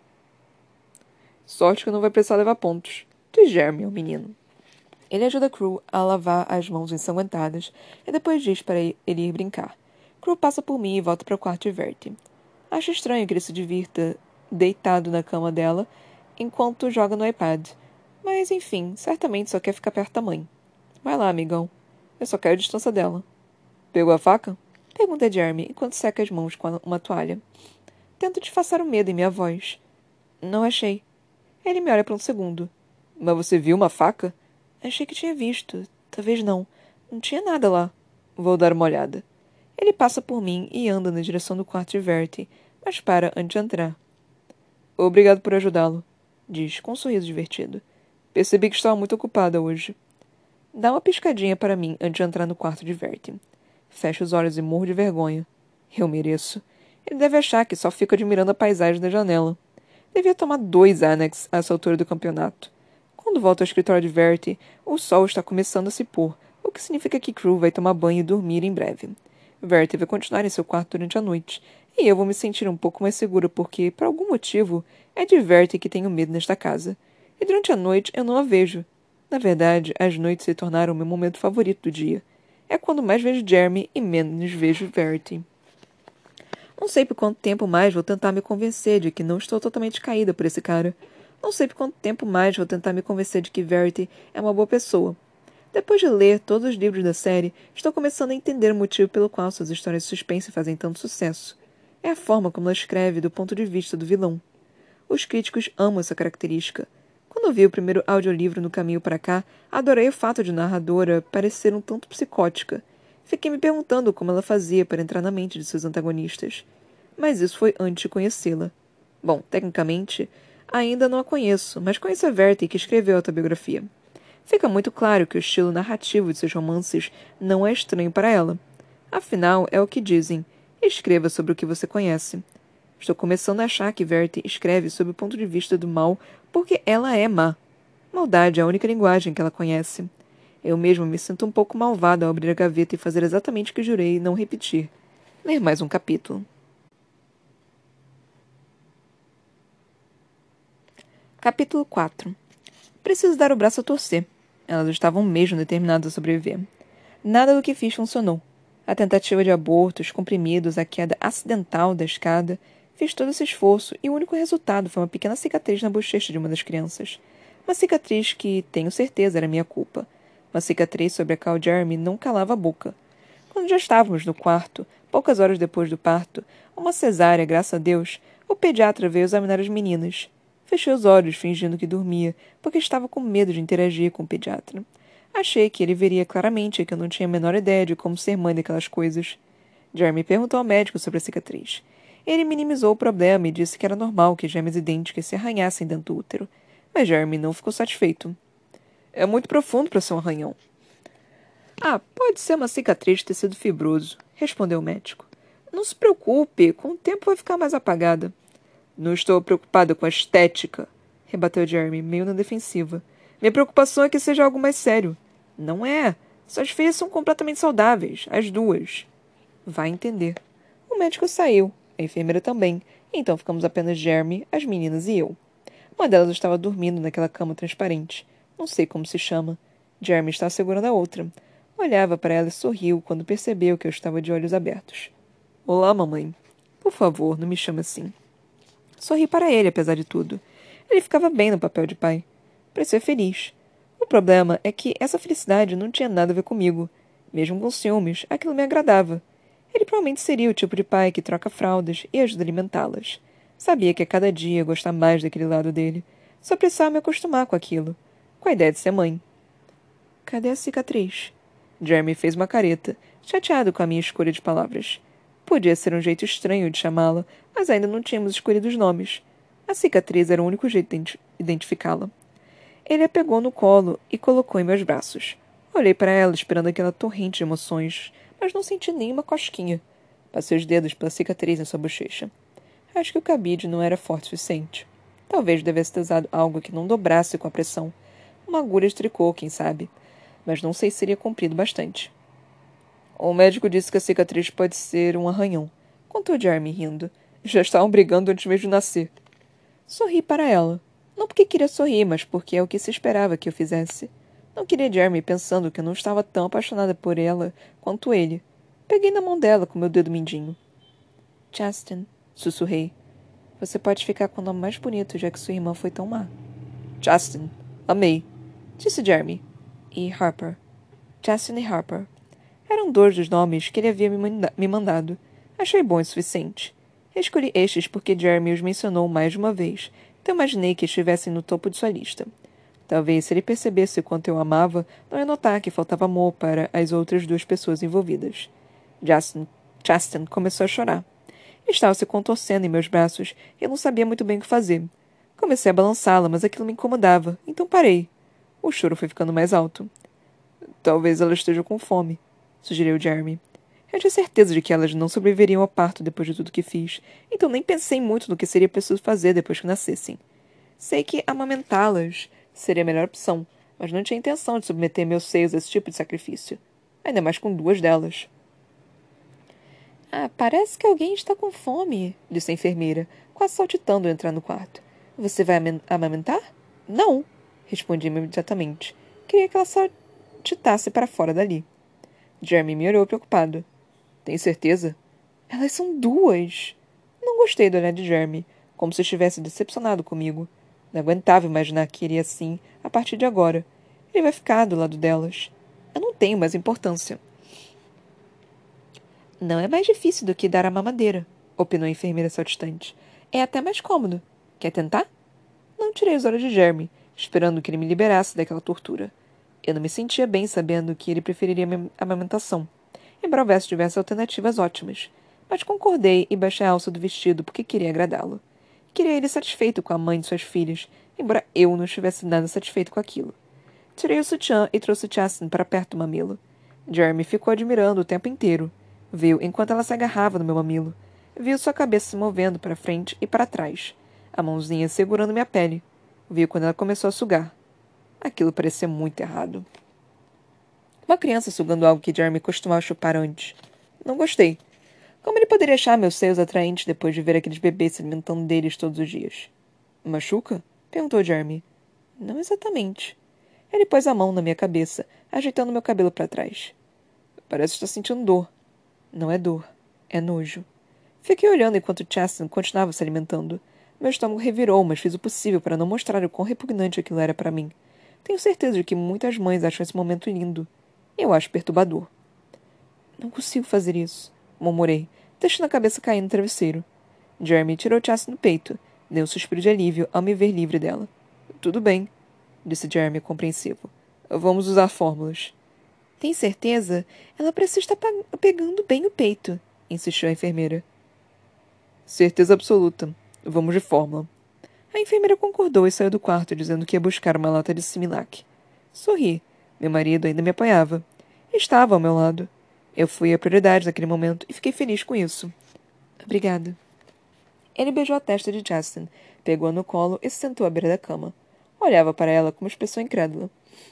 Sorte que não vai precisar levar pontos, diz Jeremy ao menino. Ele ajuda Crew a lavar as mãos ensanguentadas e depois diz para ele ir brincar. Crew passa por mim e volta para o quarto de Verity. Acho estranho que ele se divirta deitado na cama dela enquanto joga no iPad. Mas, enfim, certamente só quer ficar perto da mãe. Vai lá, amigão. Eu só quero a distância dela. Pegou a faca? Pergunta Jeremy enquanto seca as mãos com uma toalha. Tento disfarçar o medo em minha voz. Não achei. Ele me olha por um segundo. Mas você viu uma faca? Achei que tinha visto. Talvez não. Não tinha nada lá. Vou dar uma olhada. Ele passa por mim e anda na direção do quarto de Verity, mas para antes de entrar. Obrigado por ajudá-lo, diz, com um sorriso divertido. Percebi que estava muito ocupada hoje. Dá uma piscadinha para mim antes de entrar no quarto de Verity. Fecho os olhos e morro de vergonha. Eu mereço. Ele deve achar que só fico admirando a paisagem da janela. Devia tomar 2 Annex a essa altura do campeonato. Quando volto ao escritório de Verity, o sol está começando a se pôr, o que significa que Crew vai tomar banho e dormir em breve. Verity vai continuar em seu quarto durante a noite, e eu vou me sentir um pouco mais segura porque, por algum motivo, é de Verity que tenho medo nesta casa. E durante a noite eu não a vejo. Na verdade, as noites se tornaram o meu momento favorito do dia. É quando mais vejo Jeremy e menos vejo Verity. Não sei por quanto tempo mais vou tentar me convencer de que não estou totalmente caída por esse cara. Não sei por quanto tempo mais vou tentar me convencer de que Verity é uma boa pessoa. Depois de ler todos os livros da série, estou começando a entender o motivo pelo qual suas histórias de suspense fazem tanto sucesso. É a forma como ela escreve do ponto de vista do vilão. Os críticos amam essa característica. Quando eu vi o primeiro audiolivro no caminho para cá, adorei o fato de a narradora parecer um tanto psicótica. Fiquei me perguntando como ela fazia para entrar na mente de seus antagonistas. Mas isso foi antes de conhecê-la. Bom, tecnicamente, ainda não a conheço, mas conheço a Verity que escreveu a autobiografia. Fica muito claro que o estilo narrativo de seus romances não é estranho para ela. Afinal, é o que dizem. Escreva sobre o que você conhece. Estou começando a achar que Verity escreve sob o ponto de vista do mal porque ela é má. Maldade é a única linguagem que ela conhece. Eu mesmo me sinto um pouco malvada ao abrir a gaveta e fazer exatamente o que jurei e não repetir. Ler mais um capítulo. Capítulo 4. Preciso dar o braço a torcer. Elas estavam mesmo determinadas a sobreviver. Nada do que fiz funcionou. A tentativa de aborto, os comprimidos, a queda acidental da escada. Fiz todo esse esforço e o único resultado foi uma pequena cicatriz na bochecha de uma das crianças. Uma cicatriz que, tenho certeza, era minha culpa. Uma cicatriz sobre a qual Jeremy não calava a boca. Quando já estávamos no quarto, poucas horas depois do parto, uma cesárea, graças a Deus, o pediatra veio examinar as meninas. Fechei os olhos, fingindo que dormia, porque estava com medo de interagir com o pediatra. Achei que ele veria claramente que eu não tinha a menor ideia de como ser mãe daquelas coisas. Jeremy perguntou ao médico sobre a cicatriz. Ele minimizou o problema e disse que era normal que gêmeas idênticas se arranhassem dentro do útero. Mas Jeremy não ficou satisfeito. É muito profundo para ser um arranhão. Ah, pode ser uma cicatriz de tecido fibroso, respondeu o médico. Não se preocupe, com o tempo vai ficar mais apagada. Não estou preocupada com a estética, rebateu Jeremy, meio na defensiva. Minha preocupação é que seja algo mais sério. Não é. Suas filhas são completamente saudáveis, as duas. Vai entender. O médico saiu, a enfermeira também, então ficamos apenas Jeremy, as meninas e eu. Uma delas estava dormindo naquela cama transparente. Não sei como se chama. Jeremy estava segurando a outra. Olhava para ela e sorriu quando percebeu que eu estava de olhos abertos. Olá, mamãe. Por favor, não me chame assim. Sorri para ele, apesar de tudo. Ele ficava bem no papel de pai. Parecia feliz. O problema é que essa felicidade não tinha nada a ver comigo. Mesmo com ciúmes, aquilo me agradava. Ele provavelmente seria o tipo de pai que troca fraldas e ajuda a alimentá-las. Sabia que a cada dia ia gostar mais daquele lado dele. Só precisava me acostumar com aquilo. Com a ideia de ser mãe. Cadê a cicatriz? Jeremy fez uma careta, chateado com a minha escolha de palavras. Podia ser um jeito estranho de chamá-la, mas ainda não tínhamos escolhido os nomes. A cicatriz era o único jeito de identificá-la. Ele a pegou no colo e colocou em meus braços. Olhei para ela, esperando aquela torrente de emoções, mas não senti nenhuma cosquinha. Passei os dedos pela cicatriz em sua bochecha. Acho que o cabide não era forte o suficiente. Talvez devesse ter usado algo que não dobrasse com a pressão. Uma agulha de tricô, quem sabe. Mas não sei se seria comprido bastante. O médico disse que a cicatriz pode ser um arranhão, contou Jeremy rindo. Já estavam brigando antes mesmo de nascer. Sorri para ela. Não porque queria sorrir, mas porque é o que se esperava que eu fizesse. Não queria Jeremy pensando que eu não estava tão apaixonada por ela quanto ele. Peguei na mão dela com meu dedo mindinho. Justin, sussurrei. Você pode ficar com o nome mais bonito, já que sua irmã foi tão má. Justin. Amei. Disse Jeremy. E Harper. Justin e Harper. Eram dois dos nomes que ele havia me mandado. Achei bom o suficiente. Escolhi estes porque Jeremy os mencionou mais de uma vez, então imaginei que estivessem no topo de sua lista. Talvez, se ele percebesse o quanto eu amava, não ia notar que faltava amor para as outras duas pessoas envolvidas. Justin começou a chorar. Estava se contorcendo em meus braços e eu não sabia muito bem o que fazer. Comecei a balançá-la, mas aquilo me incomodava, então parei. O choro foi ficando mais alto. Talvez ela esteja com fome, sugeriu Jeremy. Eu tinha certeza de que elas não sobreviveriam ao parto depois de tudo que fiz, então nem pensei muito no que seria preciso fazer depois que nascessem. Sei que amamentá-las seria a melhor opção, mas não tinha intenção de submeter meus seios a esse tipo de sacrifício. Ainda mais com duas delas. Ah, parece que alguém está com fome, disse a enfermeira, quase saltitando ao entrar no quarto. Você vai amamentar? Não, respondi imediatamente. Queria que ela saltitasse para fora dali. Jeremy me olhou preocupado. Tem certeza? Elas são duas. Não gostei do olhar de Jeremy, como se estivesse decepcionado comigo. Não aguentava imaginar que iria assim a partir de agora. Ele vai ficar do lado delas. Eu não tenho mais importância. Não é mais difícil do que dar a mamadeira, opinou a enfermeira saltitante. É até mais cômodo. Quer tentar? Não tirei os olhos de Jeremy, esperando que ele me liberasse daquela tortura. Eu não me sentia bem sabendo que ele preferiria a amamentação, embora houvesse diversas alternativas ótimas. Mas concordei e baixei a alça do vestido porque queria agradá-lo. Queria ele satisfeito com a mãe de suas filhas, embora eu não estivesse nada satisfeito com aquilo. Tirei o sutiã e trouxe Justin para perto do mamilo. Jeremy ficou admirando o tempo inteiro. Viu enquanto ela se agarrava no meu mamilo. Viu sua cabeça se movendo para frente e para trás, a mãozinha segurando minha pele. Viu quando ela começou a sugar. Aquilo parecia muito errado. Uma criança sugando algo que Jeremy costumava chupar antes. Não gostei. Como ele poderia achar meus seios atraentes depois de ver aqueles bebês se alimentando deles todos os dias? Machuca? Perguntou Jeremy. Não exatamente. Ele pôs a mão na minha cabeça, ajeitando meu cabelo para trás. Parece estar sentindo dor. Não é dor. É nojo. Fiquei olhando enquanto Chastain continuava se alimentando. Meu estômago revirou, mas fiz o possível para não mostrar o quão repugnante aquilo era para mim. Tenho certeza de que muitas mães acham esse momento lindo. Eu acho perturbador. Não consigo fazer isso, murmurei, deixando a cabeça cair no travesseiro. Jeremy tirou Chastain do peito. Deu um suspiro de alívio ao me ver livre dela. Tudo bem, disse Jeremy compreensivo. Vamos usar fórmulas. Tem certeza? Ela precisa estar pegando bem o peito, insistiu a enfermeira. Certeza absoluta. Vamos de fórmula. A enfermeira concordou e saiu do quarto, dizendo que ia buscar uma lata de Similac. Sorri. Meu marido ainda me apoiava. Estava ao meu lado. Eu fui a prioridade naquele momento e fiquei feliz com isso. Obrigada. Ele beijou a testa de Chastain, pegou-a no colo e se sentou à beira da cama. Olhava para ela com uma expressão incrédula.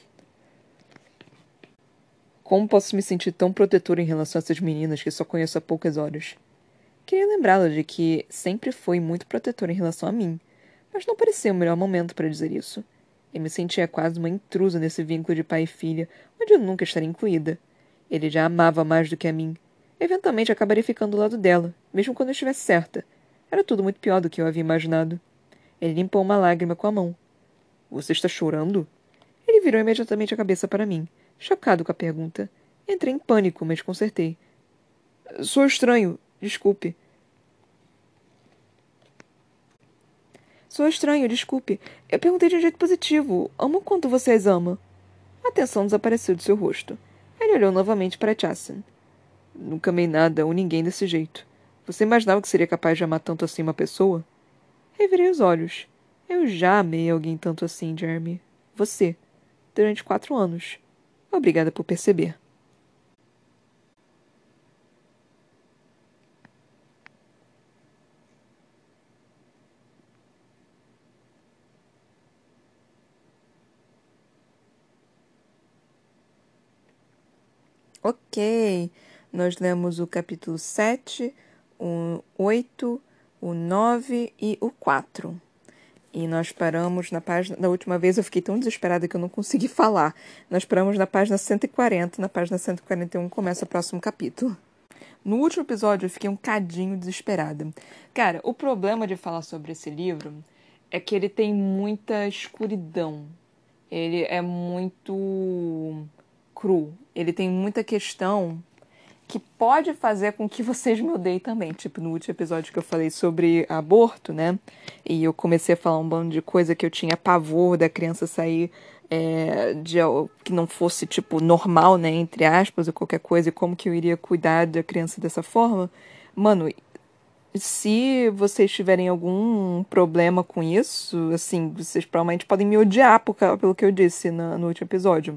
Como posso me sentir tão protetora em relação a essas meninas que só conheço há poucas horas? Queria lembrá-la de que sempre foi muito protetora em relação a mim, mas não parecia o melhor momento para dizer isso. Eu me sentia quase uma intrusa nesse vínculo de pai e filha, onde eu nunca estaria incluída. Ele já amava mais do que a mim. Eventualmente acabaria ficando do lado dela, mesmo quando eu estivesse certa. Era tudo muito pior do que eu havia imaginado. Ele limpou uma lágrima com a mão. Você está chorando? Ele virou imediatamente a cabeça para mim, chocado com a pergunta. Entrei em pânico, mas consertei. Sou estranho, desculpe. Sou estranho, desculpe. Eu perguntei de um jeito positivo. Amo o quanto você as ama. A tensão desapareceu de seu rosto. Ele olhou novamente para Chastain. Nunca amei nada ou ninguém desse jeito. Você imaginava que seria capaz de amar tanto assim uma pessoa? Revirei os olhos. Eu já amei alguém tanto assim, Jeremy. Você. Durante 4 anos. Obrigada por perceber. Ok. Nós lemos o capítulo 7, o 8, o 9 e o 4. E nós paramos na página... Da última vez eu fiquei tão desesperada que eu não consegui falar. Nós paramos na página 140. Na página 141 começa o próximo capítulo. No último episódio eu fiquei um cadinho desesperada. Cara, o problema de falar sobre esse livro é que ele tem muita escuridão. Ele é muito cru. Ele tem muita questão que pode fazer com que vocês me odeiem também. Tipo, no último episódio que eu falei sobre aborto, né? E eu comecei a falar um bando de coisa que eu tinha pavor da criança sair de que não fosse, tipo, normal, né? Entre aspas, ou qualquer coisa. E como que eu iria cuidar da criança dessa forma. Mano, se vocês tiverem algum problema com isso, assim, vocês provavelmente podem me odiar pelo que eu disse no último episódio.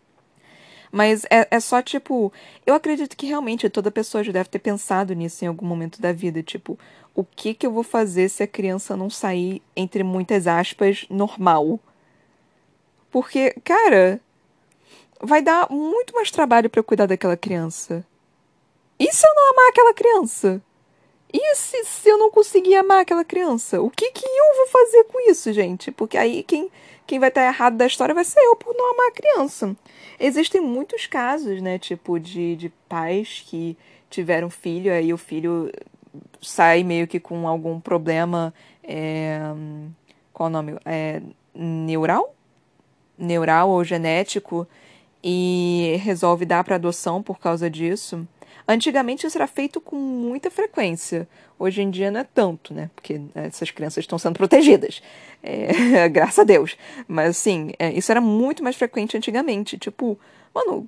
Mas é só, tipo... Eu acredito que realmente toda pessoa já deve ter pensado nisso em algum momento da vida. Tipo, o que que eu vou fazer se a criança não sair, entre muitas aspas, normal? Porque, cara, vai dar muito mais trabalho pra eu cuidar daquela criança. E se eu não amar aquela criança? E se eu não conseguir amar aquela criança? O que que eu vou fazer com isso, gente? Porque aí quem vai estar errado da história vai ser eu por não amar a criança. Existem muitos casos, né? Tipo, de pais que tiveram filho, aí o filho sai meio que com algum problema. Qual o nome? Neural? Neural ou genético e resolve dar para adoção por causa disso. Antigamente isso era feito com muita frequência. Hoje em dia não é tanto, né? Porque essas crianças estão sendo protegidas. Graças a Deus. Mas assim, isso era muito mais frequente antigamente. Tipo, mano,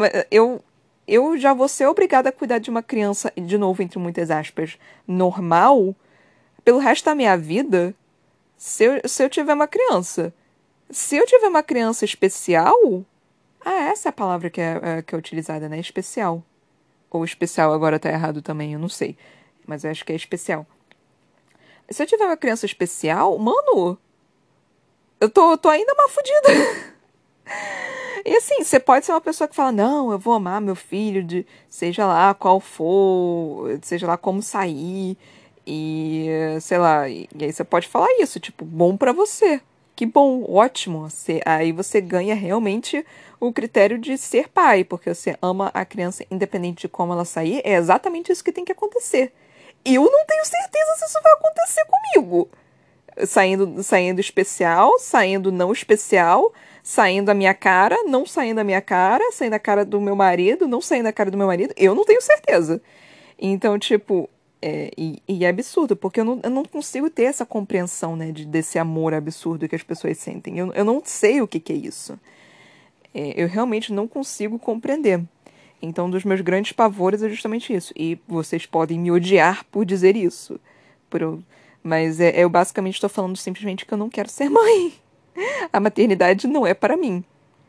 eu já vou ser obrigada a cuidar de uma criança, de novo, entre muitas aspas, normal, pelo resto da minha vida, se eu tiver uma criança. Se eu tiver uma criança especial. Essa é a palavra que é utilizada, né? Especial. Ou especial agora tá errado também, eu não sei. Mas eu acho que é especial. Se eu tiver uma criança especial, mano, eu tô ainda mais fodida. E assim, você pode ser uma pessoa que fala, não, eu vou amar meu filho, de seja lá qual for, seja lá como sair, e sei lá, e aí você pode falar isso, tipo, bom pra você. Que bom, ótimo. Aí você ganha realmente o critério de ser pai, porque você ama a criança independente de como ela sair, é exatamente isso que tem que acontecer. Eu não tenho certeza se isso vai acontecer comigo. Saindo especial, saindo não especial, saindo a minha cara, não saindo a minha cara, saindo a cara do meu marido, não saindo a cara do meu marido, eu não tenho certeza. Então, tipo, e é absurdo, porque eu não consigo ter essa compreensão, né, desse amor absurdo que as pessoas sentem. Eu não sei o que que é isso. Eu realmente não consigo compreender. Então, um dos meus grandes pavores é justamente isso. E vocês podem me odiar por dizer isso. Por eu- Mas eu basicamente estou falando simplesmente que eu não quero ser mãe. A maternidade não é para mim.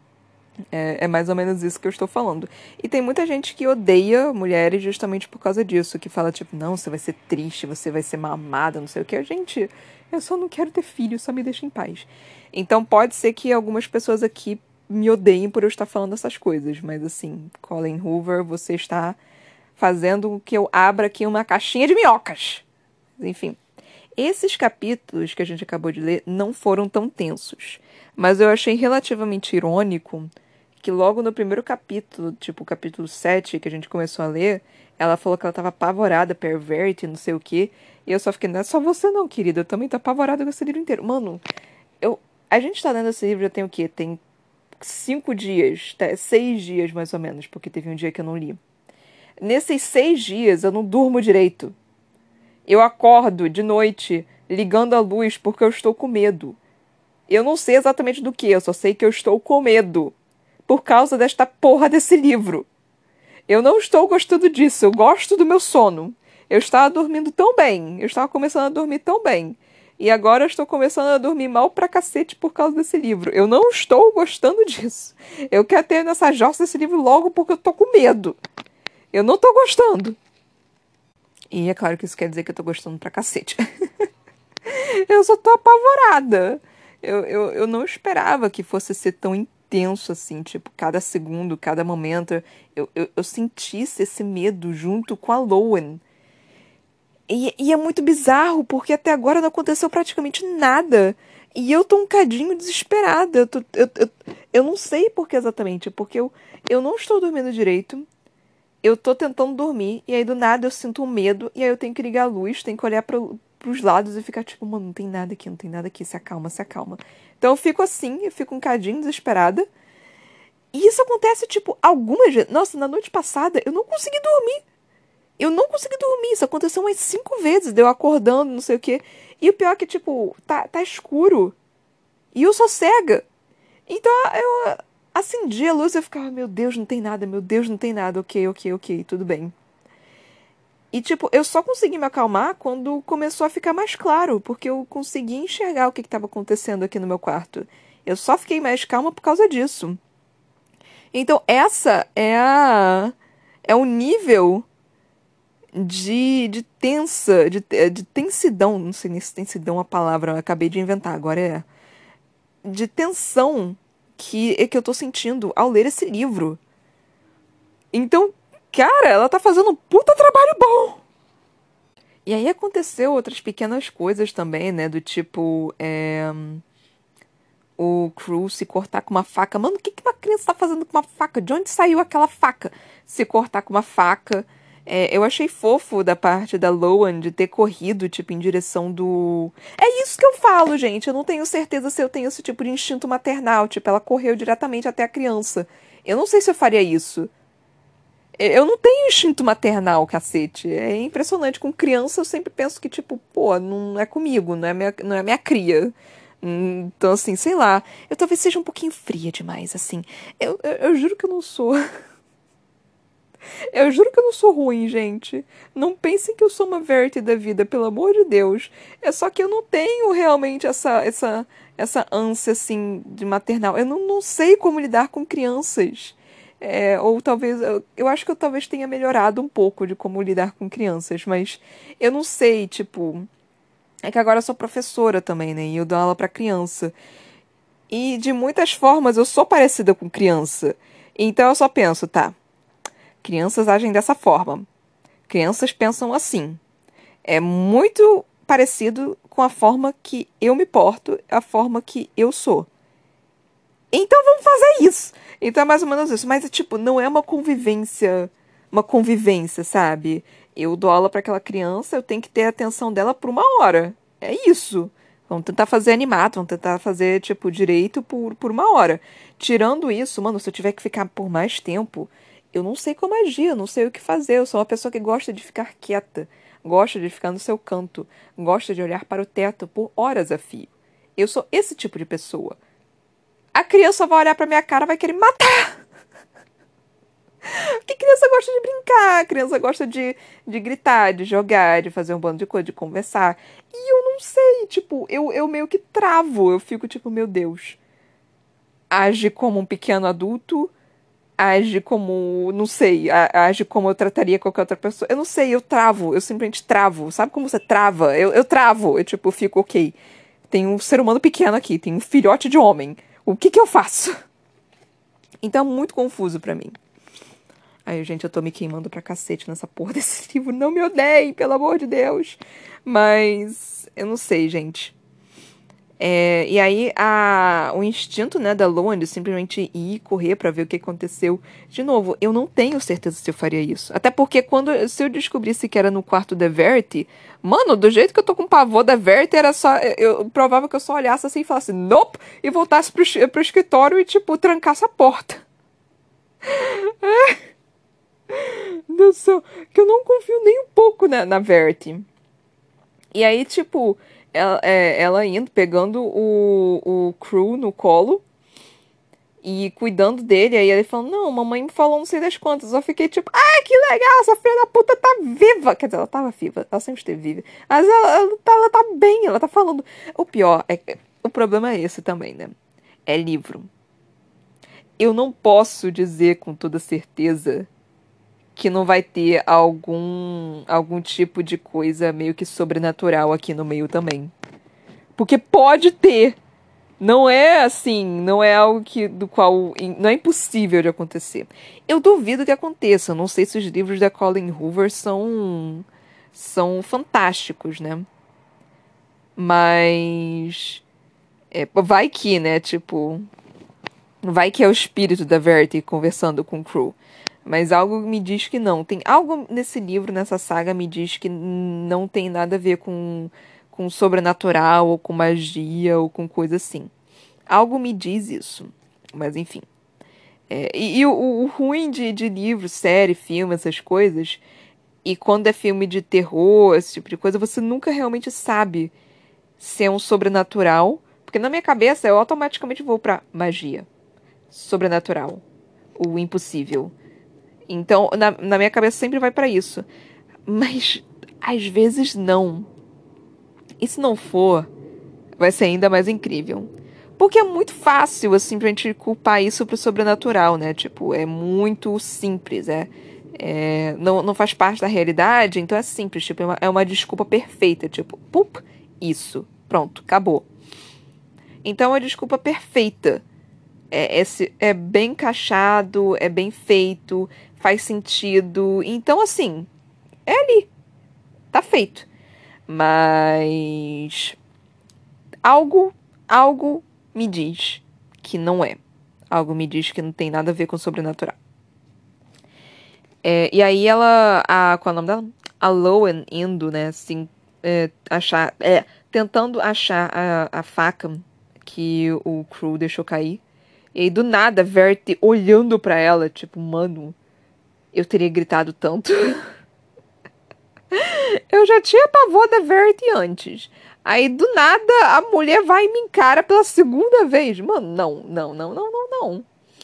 É mais ou menos isso que eu estou falando. E tem muita gente que odeia mulheres justamente por causa disso. Que fala, tipo, não, você vai ser triste, você vai ser mamada, não sei o que. Gente, eu só não quero ter filho, só me deixa em paz. Então pode ser que algumas pessoas aqui me odeiem por eu estar falando essas coisas. Mas assim, Colin Hoover, você está fazendo que eu abra aqui uma caixinha de minhocas. Enfim. Esses capítulos que a gente acabou de ler não foram tão tensos, mas eu achei relativamente irônico que logo no primeiro capítulo, tipo o capítulo 7 que a gente começou a ler, ela falou que ela tava apavorada, perverte, não sei o quê, e eu só fiquei, não é só você não, querida, eu também tô apavorada com esse livro inteiro. Mano, eu, a gente tá lendo esse livro já tem o quê? Tem 5 dias, 6 dias mais ou menos, porque teve um dia que eu não li. Nesses 6 dias eu não durmo direito. Eu acordo de noite ligando a luz porque eu estou com medo. Eu não sei exatamente do que, eu só sei que eu estou com medo por causa desta porra desse livro. Eu não estou gostando disso, eu gosto do meu sono. Eu estava dormindo tão bem, eu estava começando a dormir tão bem. E agora eu estou começando a dormir mal pra cacete por causa desse livro. Eu não estou gostando disso. Eu quero ter nessa jossa desse livro logo porque eu tô com medo. Eu não tô gostando. E é claro que isso quer dizer que eu tô gostando pra cacete. Eu só tô apavorada. Eu não esperava que fosse ser tão intenso assim, tipo, cada segundo, cada momento. Eu sentisse esse medo junto com a Lowen. E é muito bizarro, porque até agora não aconteceu praticamente nada. E eu tô um cadinho desesperada. Eu não sei por que exatamente, porque eu não estou dormindo direito. Eu tô tentando dormir, e aí do nada eu sinto um medo, e aí eu tenho que ligar a luz, tenho que olhar pros lados e ficar tipo, mano, não tem nada aqui, não tem nada aqui, se acalma, se acalma. Então eu fico assim, eu fico um cadinho desesperada. E isso acontece, tipo, algumas vezes. Nossa, na noite passada eu não consegui dormir. Eu não consegui dormir. Isso aconteceu umas 5 vezes, deu acordando, não sei o quê. E o pior é que, tipo, tá escuro. E eu sou cega. Então eu acendi a luz e eu ficava, meu Deus, não tem nada, meu Deus, não tem nada. Ok, ok, ok, tudo bem. E, tipo, eu só consegui me acalmar quando começou a ficar mais claro, porque eu consegui enxergar o que estava acontecendo aqui no meu quarto. Eu só fiquei mais calma por causa disso. Então, essa é o nível de tensa, de tensidão, não sei nem se tensidão é a palavra, eu acabei de inventar, agora de tensão que eu tô sentindo ao ler esse livro. Então, cara, ela tá fazendo um puta trabalho bom. E aí aconteceu outras pequenas coisas também, né? Do tipo, o Crew se cortar com uma faca. Mano, o que que uma criança tá fazendo com uma faca? De onde saiu aquela faca? Se cortar com uma faca. Eu achei fofo da parte da Loan de ter corrido, tipo, em direção do. É isso que eu falo, gente. Eu não tenho certeza se eu tenho esse tipo de instinto maternal. Tipo, ela correu diretamente até a criança. Eu não sei se eu faria isso. Eu não tenho instinto maternal, cacete. É impressionante. Com criança eu sempre penso que, tipo, pô, não é comigo, não é minha cria. Então, assim, sei lá. Eu talvez seja um pouquinho fria demais, assim. Eu juro que eu não sou. Eu juro que eu não sou ruim, gente. Não pensem que eu sou uma Verity da vida, pelo amor de Deus. É só que eu não tenho realmente essa ânsia, assim, de maternal. Eu não sei como lidar com crianças. Ou talvez. Eu acho que eu talvez tenha melhorado um pouco de como lidar com crianças, mas eu não sei, tipo. É que agora eu sou professora também, né? E eu dou aula pra criança. E de muitas formas eu sou parecida com criança. Então eu só penso, tá, crianças agem dessa forma. Crianças pensam assim. É muito parecido com a forma que eu me porto, a forma que eu sou. Então vamos fazer isso. Então é mais ou menos isso. Mas, tipo, não é uma convivência, sabe? Eu dou aula pra aquela criança, eu tenho que ter a atenção dela por uma hora. É isso. Vamos tentar fazer animado, vamos tentar fazer, tipo, direito por uma hora. Tirando isso, mano, se eu tiver que ficar por mais tempo, eu não sei como agir, eu não sei o que fazer. Eu sou uma pessoa que gosta de ficar quieta, gosta de ficar no seu canto, gosta de olhar para o teto por horas a fio. Eu sou esse tipo de pessoa. A criança vai olhar pra minha cara e vai querer me matar. Porque criança gosta de brincar, criança gosta de gritar, de jogar, de fazer um bando de coisa, de conversar. E eu não sei, tipo, eu meio que travo. Eu fico tipo, meu Deus. Age como um pequeno adulto, age como, não sei, age como eu trataria qualquer outra pessoa. Eu não sei, eu travo, eu simplesmente travo. Sabe como você trava? Eu travo, eu tipo, fico, ok. Tem um ser humano pequeno aqui, tem um filhote de homem. O que que eu faço? Então é muito confuso pra mim. Ai, gente, eu tô me queimando pra cacete nessa porra desse livro. Não me odeiem, pelo amor de Deus. Mas eu não sei, gente. E aí o instinto, né, da Loan de simplesmente ir correr pra ver o que aconteceu. De novo, eu não tenho certeza se eu faria isso. Até porque se eu descobrisse que era no quarto da Verity, mano, do jeito que eu tô com pavor da Verity, era só. Eu provável que eu só olhasse assim e falasse, nope, e voltasse pro escritório e, tipo, trancasse a porta. Meu Deus do céu, que eu não confio nem um pouco na Verity. E aí, tipo, ela indo, pegando o Crew no colo e cuidando dele. Aí ele falando, não, mamãe me falou não sei das quantas. Eu fiquei tipo, ah, que legal, essa filha da puta tá viva. Quer dizer, ela tava viva, ela sempre esteve viva. Mas ela tá bem, ela tá falando. O pior é que o problema é esse também, né? É livro. Eu não posso dizer com toda certeza que não vai ter algum tipo de coisa meio que sobrenatural aqui no meio também. Porque pode ter. Não é assim, não é algo do qual não é impossível de acontecer. Eu duvido que aconteça. Eu não sei se os livros da Colleen Hoover são fantásticos, né? Mas vai que, né? Tipo, vai que é o espírito da Verity conversando com o Crew. Mas algo me diz que não. Tem algo nesse livro, nessa saga, me diz que não tem nada a ver com sobrenatural, ou com magia, ou com coisa assim. Algo me diz isso. Mas enfim. E o ruim de livro, série, filme, essas coisas, e quando é filme de terror, esse tipo de coisa, você nunca realmente sabe se é um sobrenatural. Porque na minha cabeça eu automaticamente vou pra magia. Sobrenatural. O impossível. Então, na minha cabeça sempre vai pra isso. Mas, às vezes, não. E se não for, vai ser ainda mais incrível. Porque é muito fácil, assim, pra gente culpar isso pro sobrenatural, né? Tipo, é muito simples, não faz parte da realidade, então é simples, tipo, é uma desculpa perfeita, tipo, pup, isso, pronto, acabou. Então é uma desculpa perfeita. É bem encaixado, é bem feito, faz sentido. Então, assim, é ali, tá feito. Mas algo, algo me diz que não é. Algo me diz que não tem nada a ver com o sobrenatural. E aí qual é o nome dela? A Lowen indo, né, assim, tentando achar a faca que o Crew deixou cair. E aí, do nada, Verity olhando pra ela, tipo, mano, eu teria gritado tanto. Eu já tinha pavor da Verity antes. Aí, do nada, a mulher vai e me encara pela segunda vez. Mano, não, não, não, não, não, não.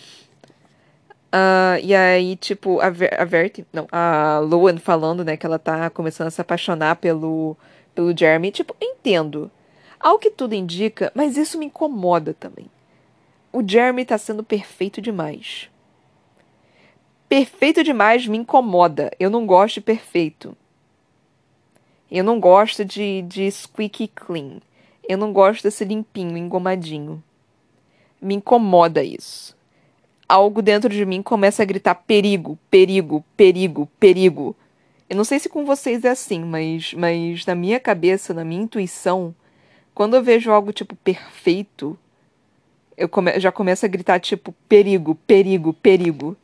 E aí, tipo, a Verity, não, a Lowen falando, né, que ela tá começando a se apaixonar pelo Jeremy. Tipo, entendo. Ao que tudo indica, mas isso me incomoda também. O Jeremy tá sendo perfeito demais. Perfeito demais me incomoda. Eu não gosto de perfeito. Eu não gosto de squeaky clean. Eu não gosto desse limpinho, engomadinho. Me incomoda isso. Algo dentro de mim começa a gritar perigo, perigo, perigo, perigo. Eu não sei se com vocês é assim, mas na minha cabeça, na minha intuição, quando eu vejo algo tipo perfeito, já começo a gritar tipo perigo, perigo, perigo.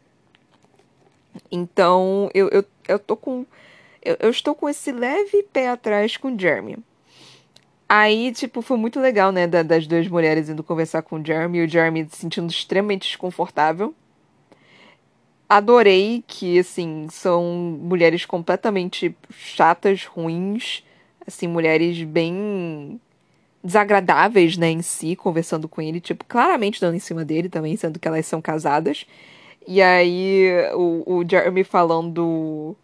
Então eu tô com. Eu estou com esse leve pé atrás com o Jeremy. Aí, tipo, foi muito legal, né, das duas mulheres indo conversar com o Jeremy e o Jeremy se sentindo extremamente desconfortável. Adorei que, assim, são mulheres completamente chatas, ruins, assim, mulheres bem desagradáveis, né, em si, conversando com ele, tipo, claramente dando em cima dele também, sendo que elas são casadas. E aí, o Jeremy falando.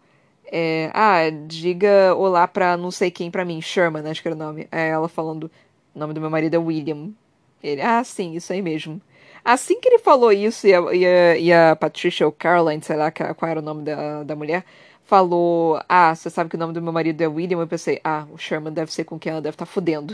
Diga olá pra não sei quem pra mim, Sherman, acho que era o nome. Aí ela falando, o nome do meu marido é William. Ele, sim, isso aí mesmo. Assim que ele falou isso, e a Patricia ou Caroline, sei lá qual era o nome da mulher, falou, você sabe que o nome do meu marido é William? Eu pensei, o Sherman deve ser com quem ela deve estar fudendo.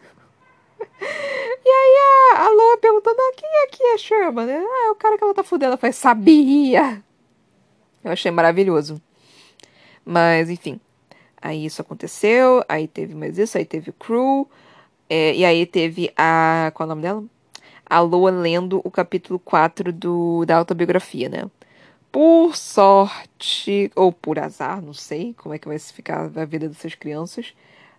E aí a Loa perguntando, quem é que é Sherman? É o cara que ela tá fudendo. Ela falei, sabia! Eu achei maravilhoso. Mas, enfim. Aí isso aconteceu, aí teve mais isso, aí teve o Crew, e aí teve a. Qual é o nome dela? A Loa lendo o capítulo 4 da autobiografia, né? Por sorte, ou por azar, não sei como é que vai ficar a vida dessas crianças.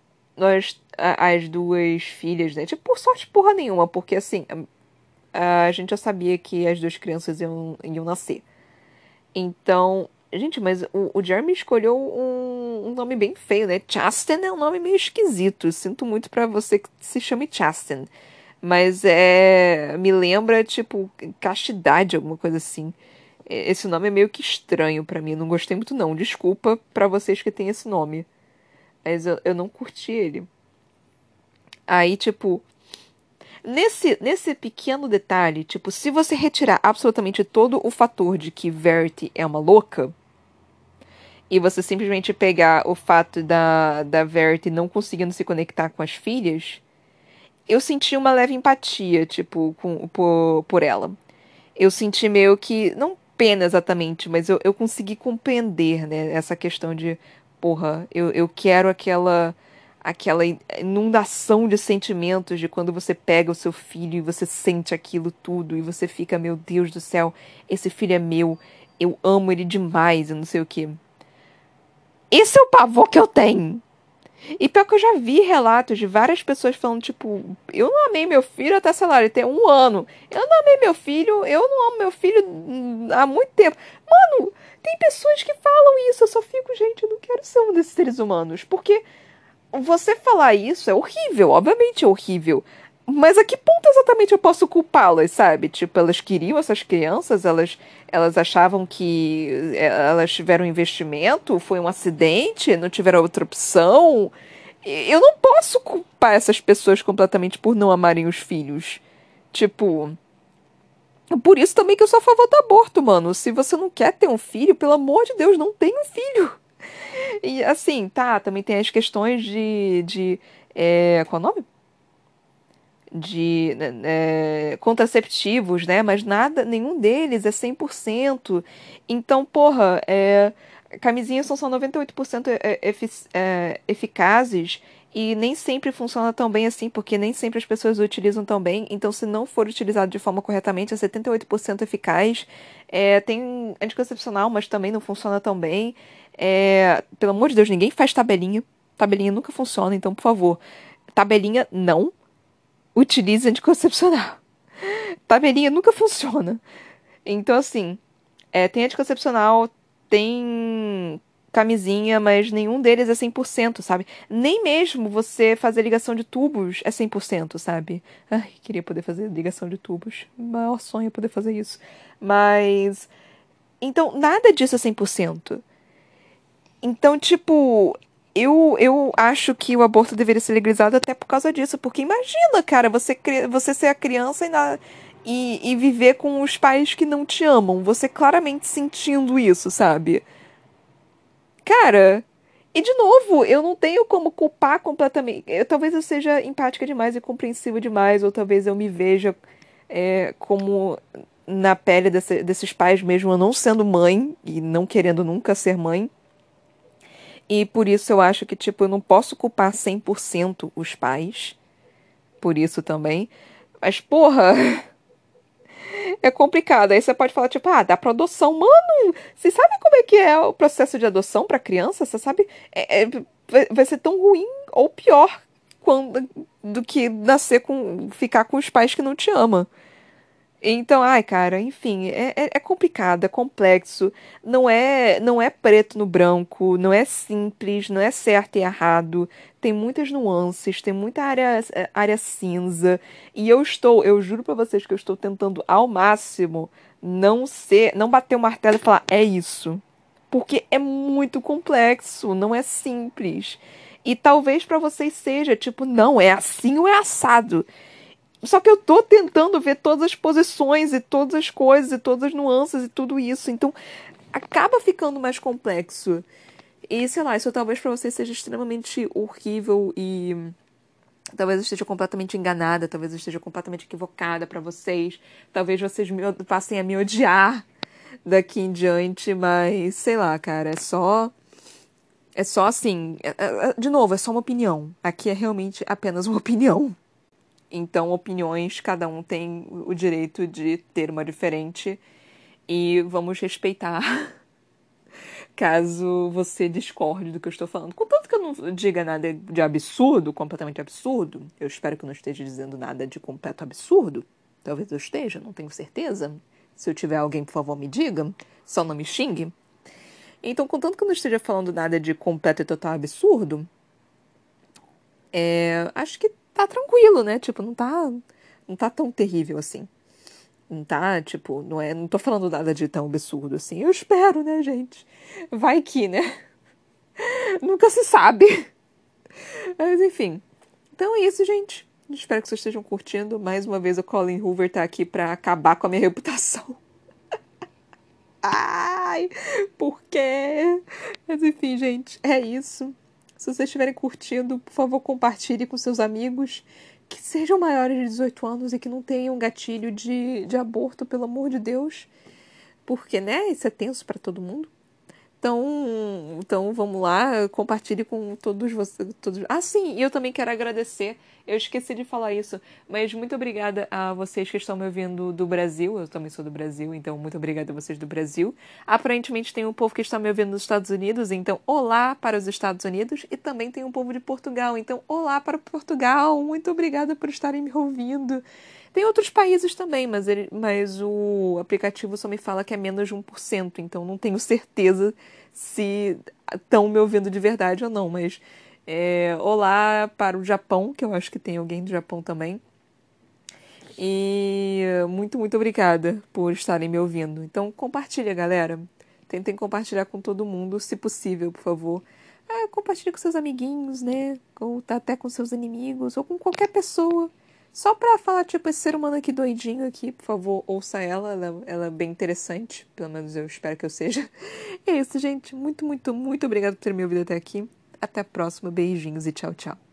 As duas filhas, né? Tipo, por sorte, porra nenhuma, porque assim, a gente já sabia que as duas crianças iam nascer. Então, gente, mas o Jeremy escolheu um nome bem feio, né? Chasten é um nome meio esquisito. Sinto muito pra você que se chame Chasten. Mas me lembra, tipo, castidade, alguma coisa assim. Esse nome é meio que estranho pra mim. Não gostei muito, não. Desculpa pra vocês que têm esse nome. Mas eu não curti ele. Aí, tipo, nesse pequeno detalhe, tipo, se você retirar absolutamente todo o fator de que Verity é uma louca, e você simplesmente pegar o fato da Verity não conseguindo se conectar com as filhas, eu senti uma leve empatia, tipo, por ela. Eu senti meio que, não pena exatamente, mas eu consegui compreender, né, essa questão de, porra, eu quero aquela inundação de sentimentos de quando você pega o seu filho e você sente aquilo tudo e você fica, meu Deus do céu, esse filho é meu, eu amo ele demais e não sei o quê. Esse é o pavor que eu tenho. E pior que eu já vi relatos de várias pessoas falando, tipo, eu não amei meu filho até, sei lá, ele tem 1 ano. Eu não amei meu filho, eu não amo meu filho há muito tempo. Mano, tem pessoas que falam isso, eu só fico, gente, eu não quero ser um desses seres humanos. Porque você falar isso é horrível, obviamente é horrível. Mas a que ponto exatamente eu posso culpá-las, sabe? Tipo, elas queriam essas crianças, elas achavam que elas tiveram investimento, foi um acidente, não tiveram outra opção. Eu não posso culpar essas pessoas completamente por não amarem os filhos. Tipo, por isso também que eu sou a favor do aborto, mano. Se você não quer ter um filho, pelo amor de Deus, não tenha um filho. E assim, tá, também tem as questões qual é o nome? Contraceptivos, né? Mas nenhum deles é 100%. Então, porra, camisinhas são só 98% eficazes e nem sempre funciona tão bem assim, porque nem sempre as pessoas o utilizam tão bem. Então, se não for utilizado de forma corretamente, é 78% eficaz. Tem anticoncepcional, mas também não funciona tão bem. Pelo amor de Deus, ninguém faz tabelinha. Tabelinha nunca funciona, então, por favor, tabelinha não. Utilize anticoncepcional. Tabelinha nunca funciona. Então, assim, tem anticoncepcional, tem camisinha, mas nenhum deles é 100%, sabe? Nem mesmo você fazer ligação de tubos é 100%, sabe? Ai, queria poder fazer ligação de tubos. Maior sonho é poder fazer isso. Mas. Então, nada disso é 100%. Então, tipo, eu acho que o aborto deveria ser legalizado até por causa disso. Porque imagina, cara, você ser a criança e viver com os pais que não te amam. Você claramente sentindo isso, sabe? Cara, e de novo, eu não tenho como culpar completamente. Talvez eu seja empática demais e compreensiva demais, ou talvez eu me veja. como na pele desses pais mesmo, eu não sendo mãe e não querendo nunca ser mãe. E por isso eu acho que, tipo, eu não posso culpar 100% os pais por isso também. Mas, porra, é complicado. Aí você pode falar, tipo, dá pra adoção. Mano, você sabe como é que é o processo de adoção pra criança? Você sabe? Vai ser tão ruim ou pior do que ficar com os pais que não te amam. Então, ai, cara, enfim, é complicado, é complexo, não é preto no branco, não é simples, não é certo e errado, tem muitas nuances, tem muita área cinza, e eu juro pra vocês que eu estou tentando ao máximo não bater o martelo e falar, é isso, porque é muito complexo, não é simples. E talvez pra vocês seja, tipo, não, é assim ou é assado. Só que eu tô tentando ver todas as posições e todas as coisas e todas as nuances e tudo isso. Então acaba ficando mais complexo. E sei lá, isso talvez pra você seja extremamente horrível e talvez eu esteja completamente enganada, talvez eu esteja completamente equivocada pra vocês. Talvez vocês passem a me odiar daqui em diante, mas sei lá, cara, é só assim, de novo, é só uma opinião. Aqui é realmente apenas uma opinião. Então, opiniões, cada um tem o direito de ter uma diferente e vamos respeitar caso você discorde do que eu estou falando. Contanto que eu não diga nada de absurdo, completamente absurdo, eu espero que eu não esteja dizendo nada de completo absurdo. Talvez eu esteja, não tenho certeza. Se eu tiver alguém, por favor, me diga. Só não me xingue. Então, contanto que eu não esteja falando nada de completo e total absurdo, acho que tá tranquilo, né? Tipo, não tá tão terrível assim. Não tá, tipo, não tô falando nada de tão absurdo assim. Eu espero, né, gente? Vai que, né? Nunca se sabe. Mas enfim. Então é isso, gente. Espero que vocês estejam curtindo. Mais uma vez, o Colin Hoover tá aqui pra acabar com a minha reputação. Ai, por quê? Mas enfim, gente, é isso. Se vocês estiverem curtindo, por favor, compartilhe com seus amigos que sejam maiores de 18 anos e que não tenham gatilho de aborto, pelo amor de Deus. Porque, né, isso é tenso pra todo mundo. Então vamos lá, compartilhe com todos vocês. Ah, sim, e eu também quero agradecer. Eu esqueci de falar isso, mas muito obrigada a vocês que estão me ouvindo do Brasil. Eu também sou do Brasil, então muito obrigada a vocês do Brasil. Aparentemente tem um povo que está me ouvindo nos Estados Unidos, então olá para os Estados Unidos. E também tem um povo de Portugal, então olá para Portugal. Muito obrigada por estarem me ouvindo. Tem outros países também, mas o aplicativo só me fala que é menos de 1%, então não tenho certeza se estão me ouvindo de verdade ou não. Mas olá para o Japão, que eu acho que tem alguém do Japão também. E muito, muito obrigada por estarem me ouvindo. Então compartilha, galera. Tentem compartilhar com todo mundo, se possível, por favor. Compartilha com seus amiguinhos, né? Ou tá até com seus inimigos, ou com qualquer pessoa. Só pra falar, tipo, esse ser humano aqui doidinho aqui, por favor, ouça ela é bem interessante. Pelo menos eu espero que eu seja. É isso, gente. Muito, muito, muito obrigada por ter me ouvido até aqui. Até a próxima. Beijinhos e tchau, tchau.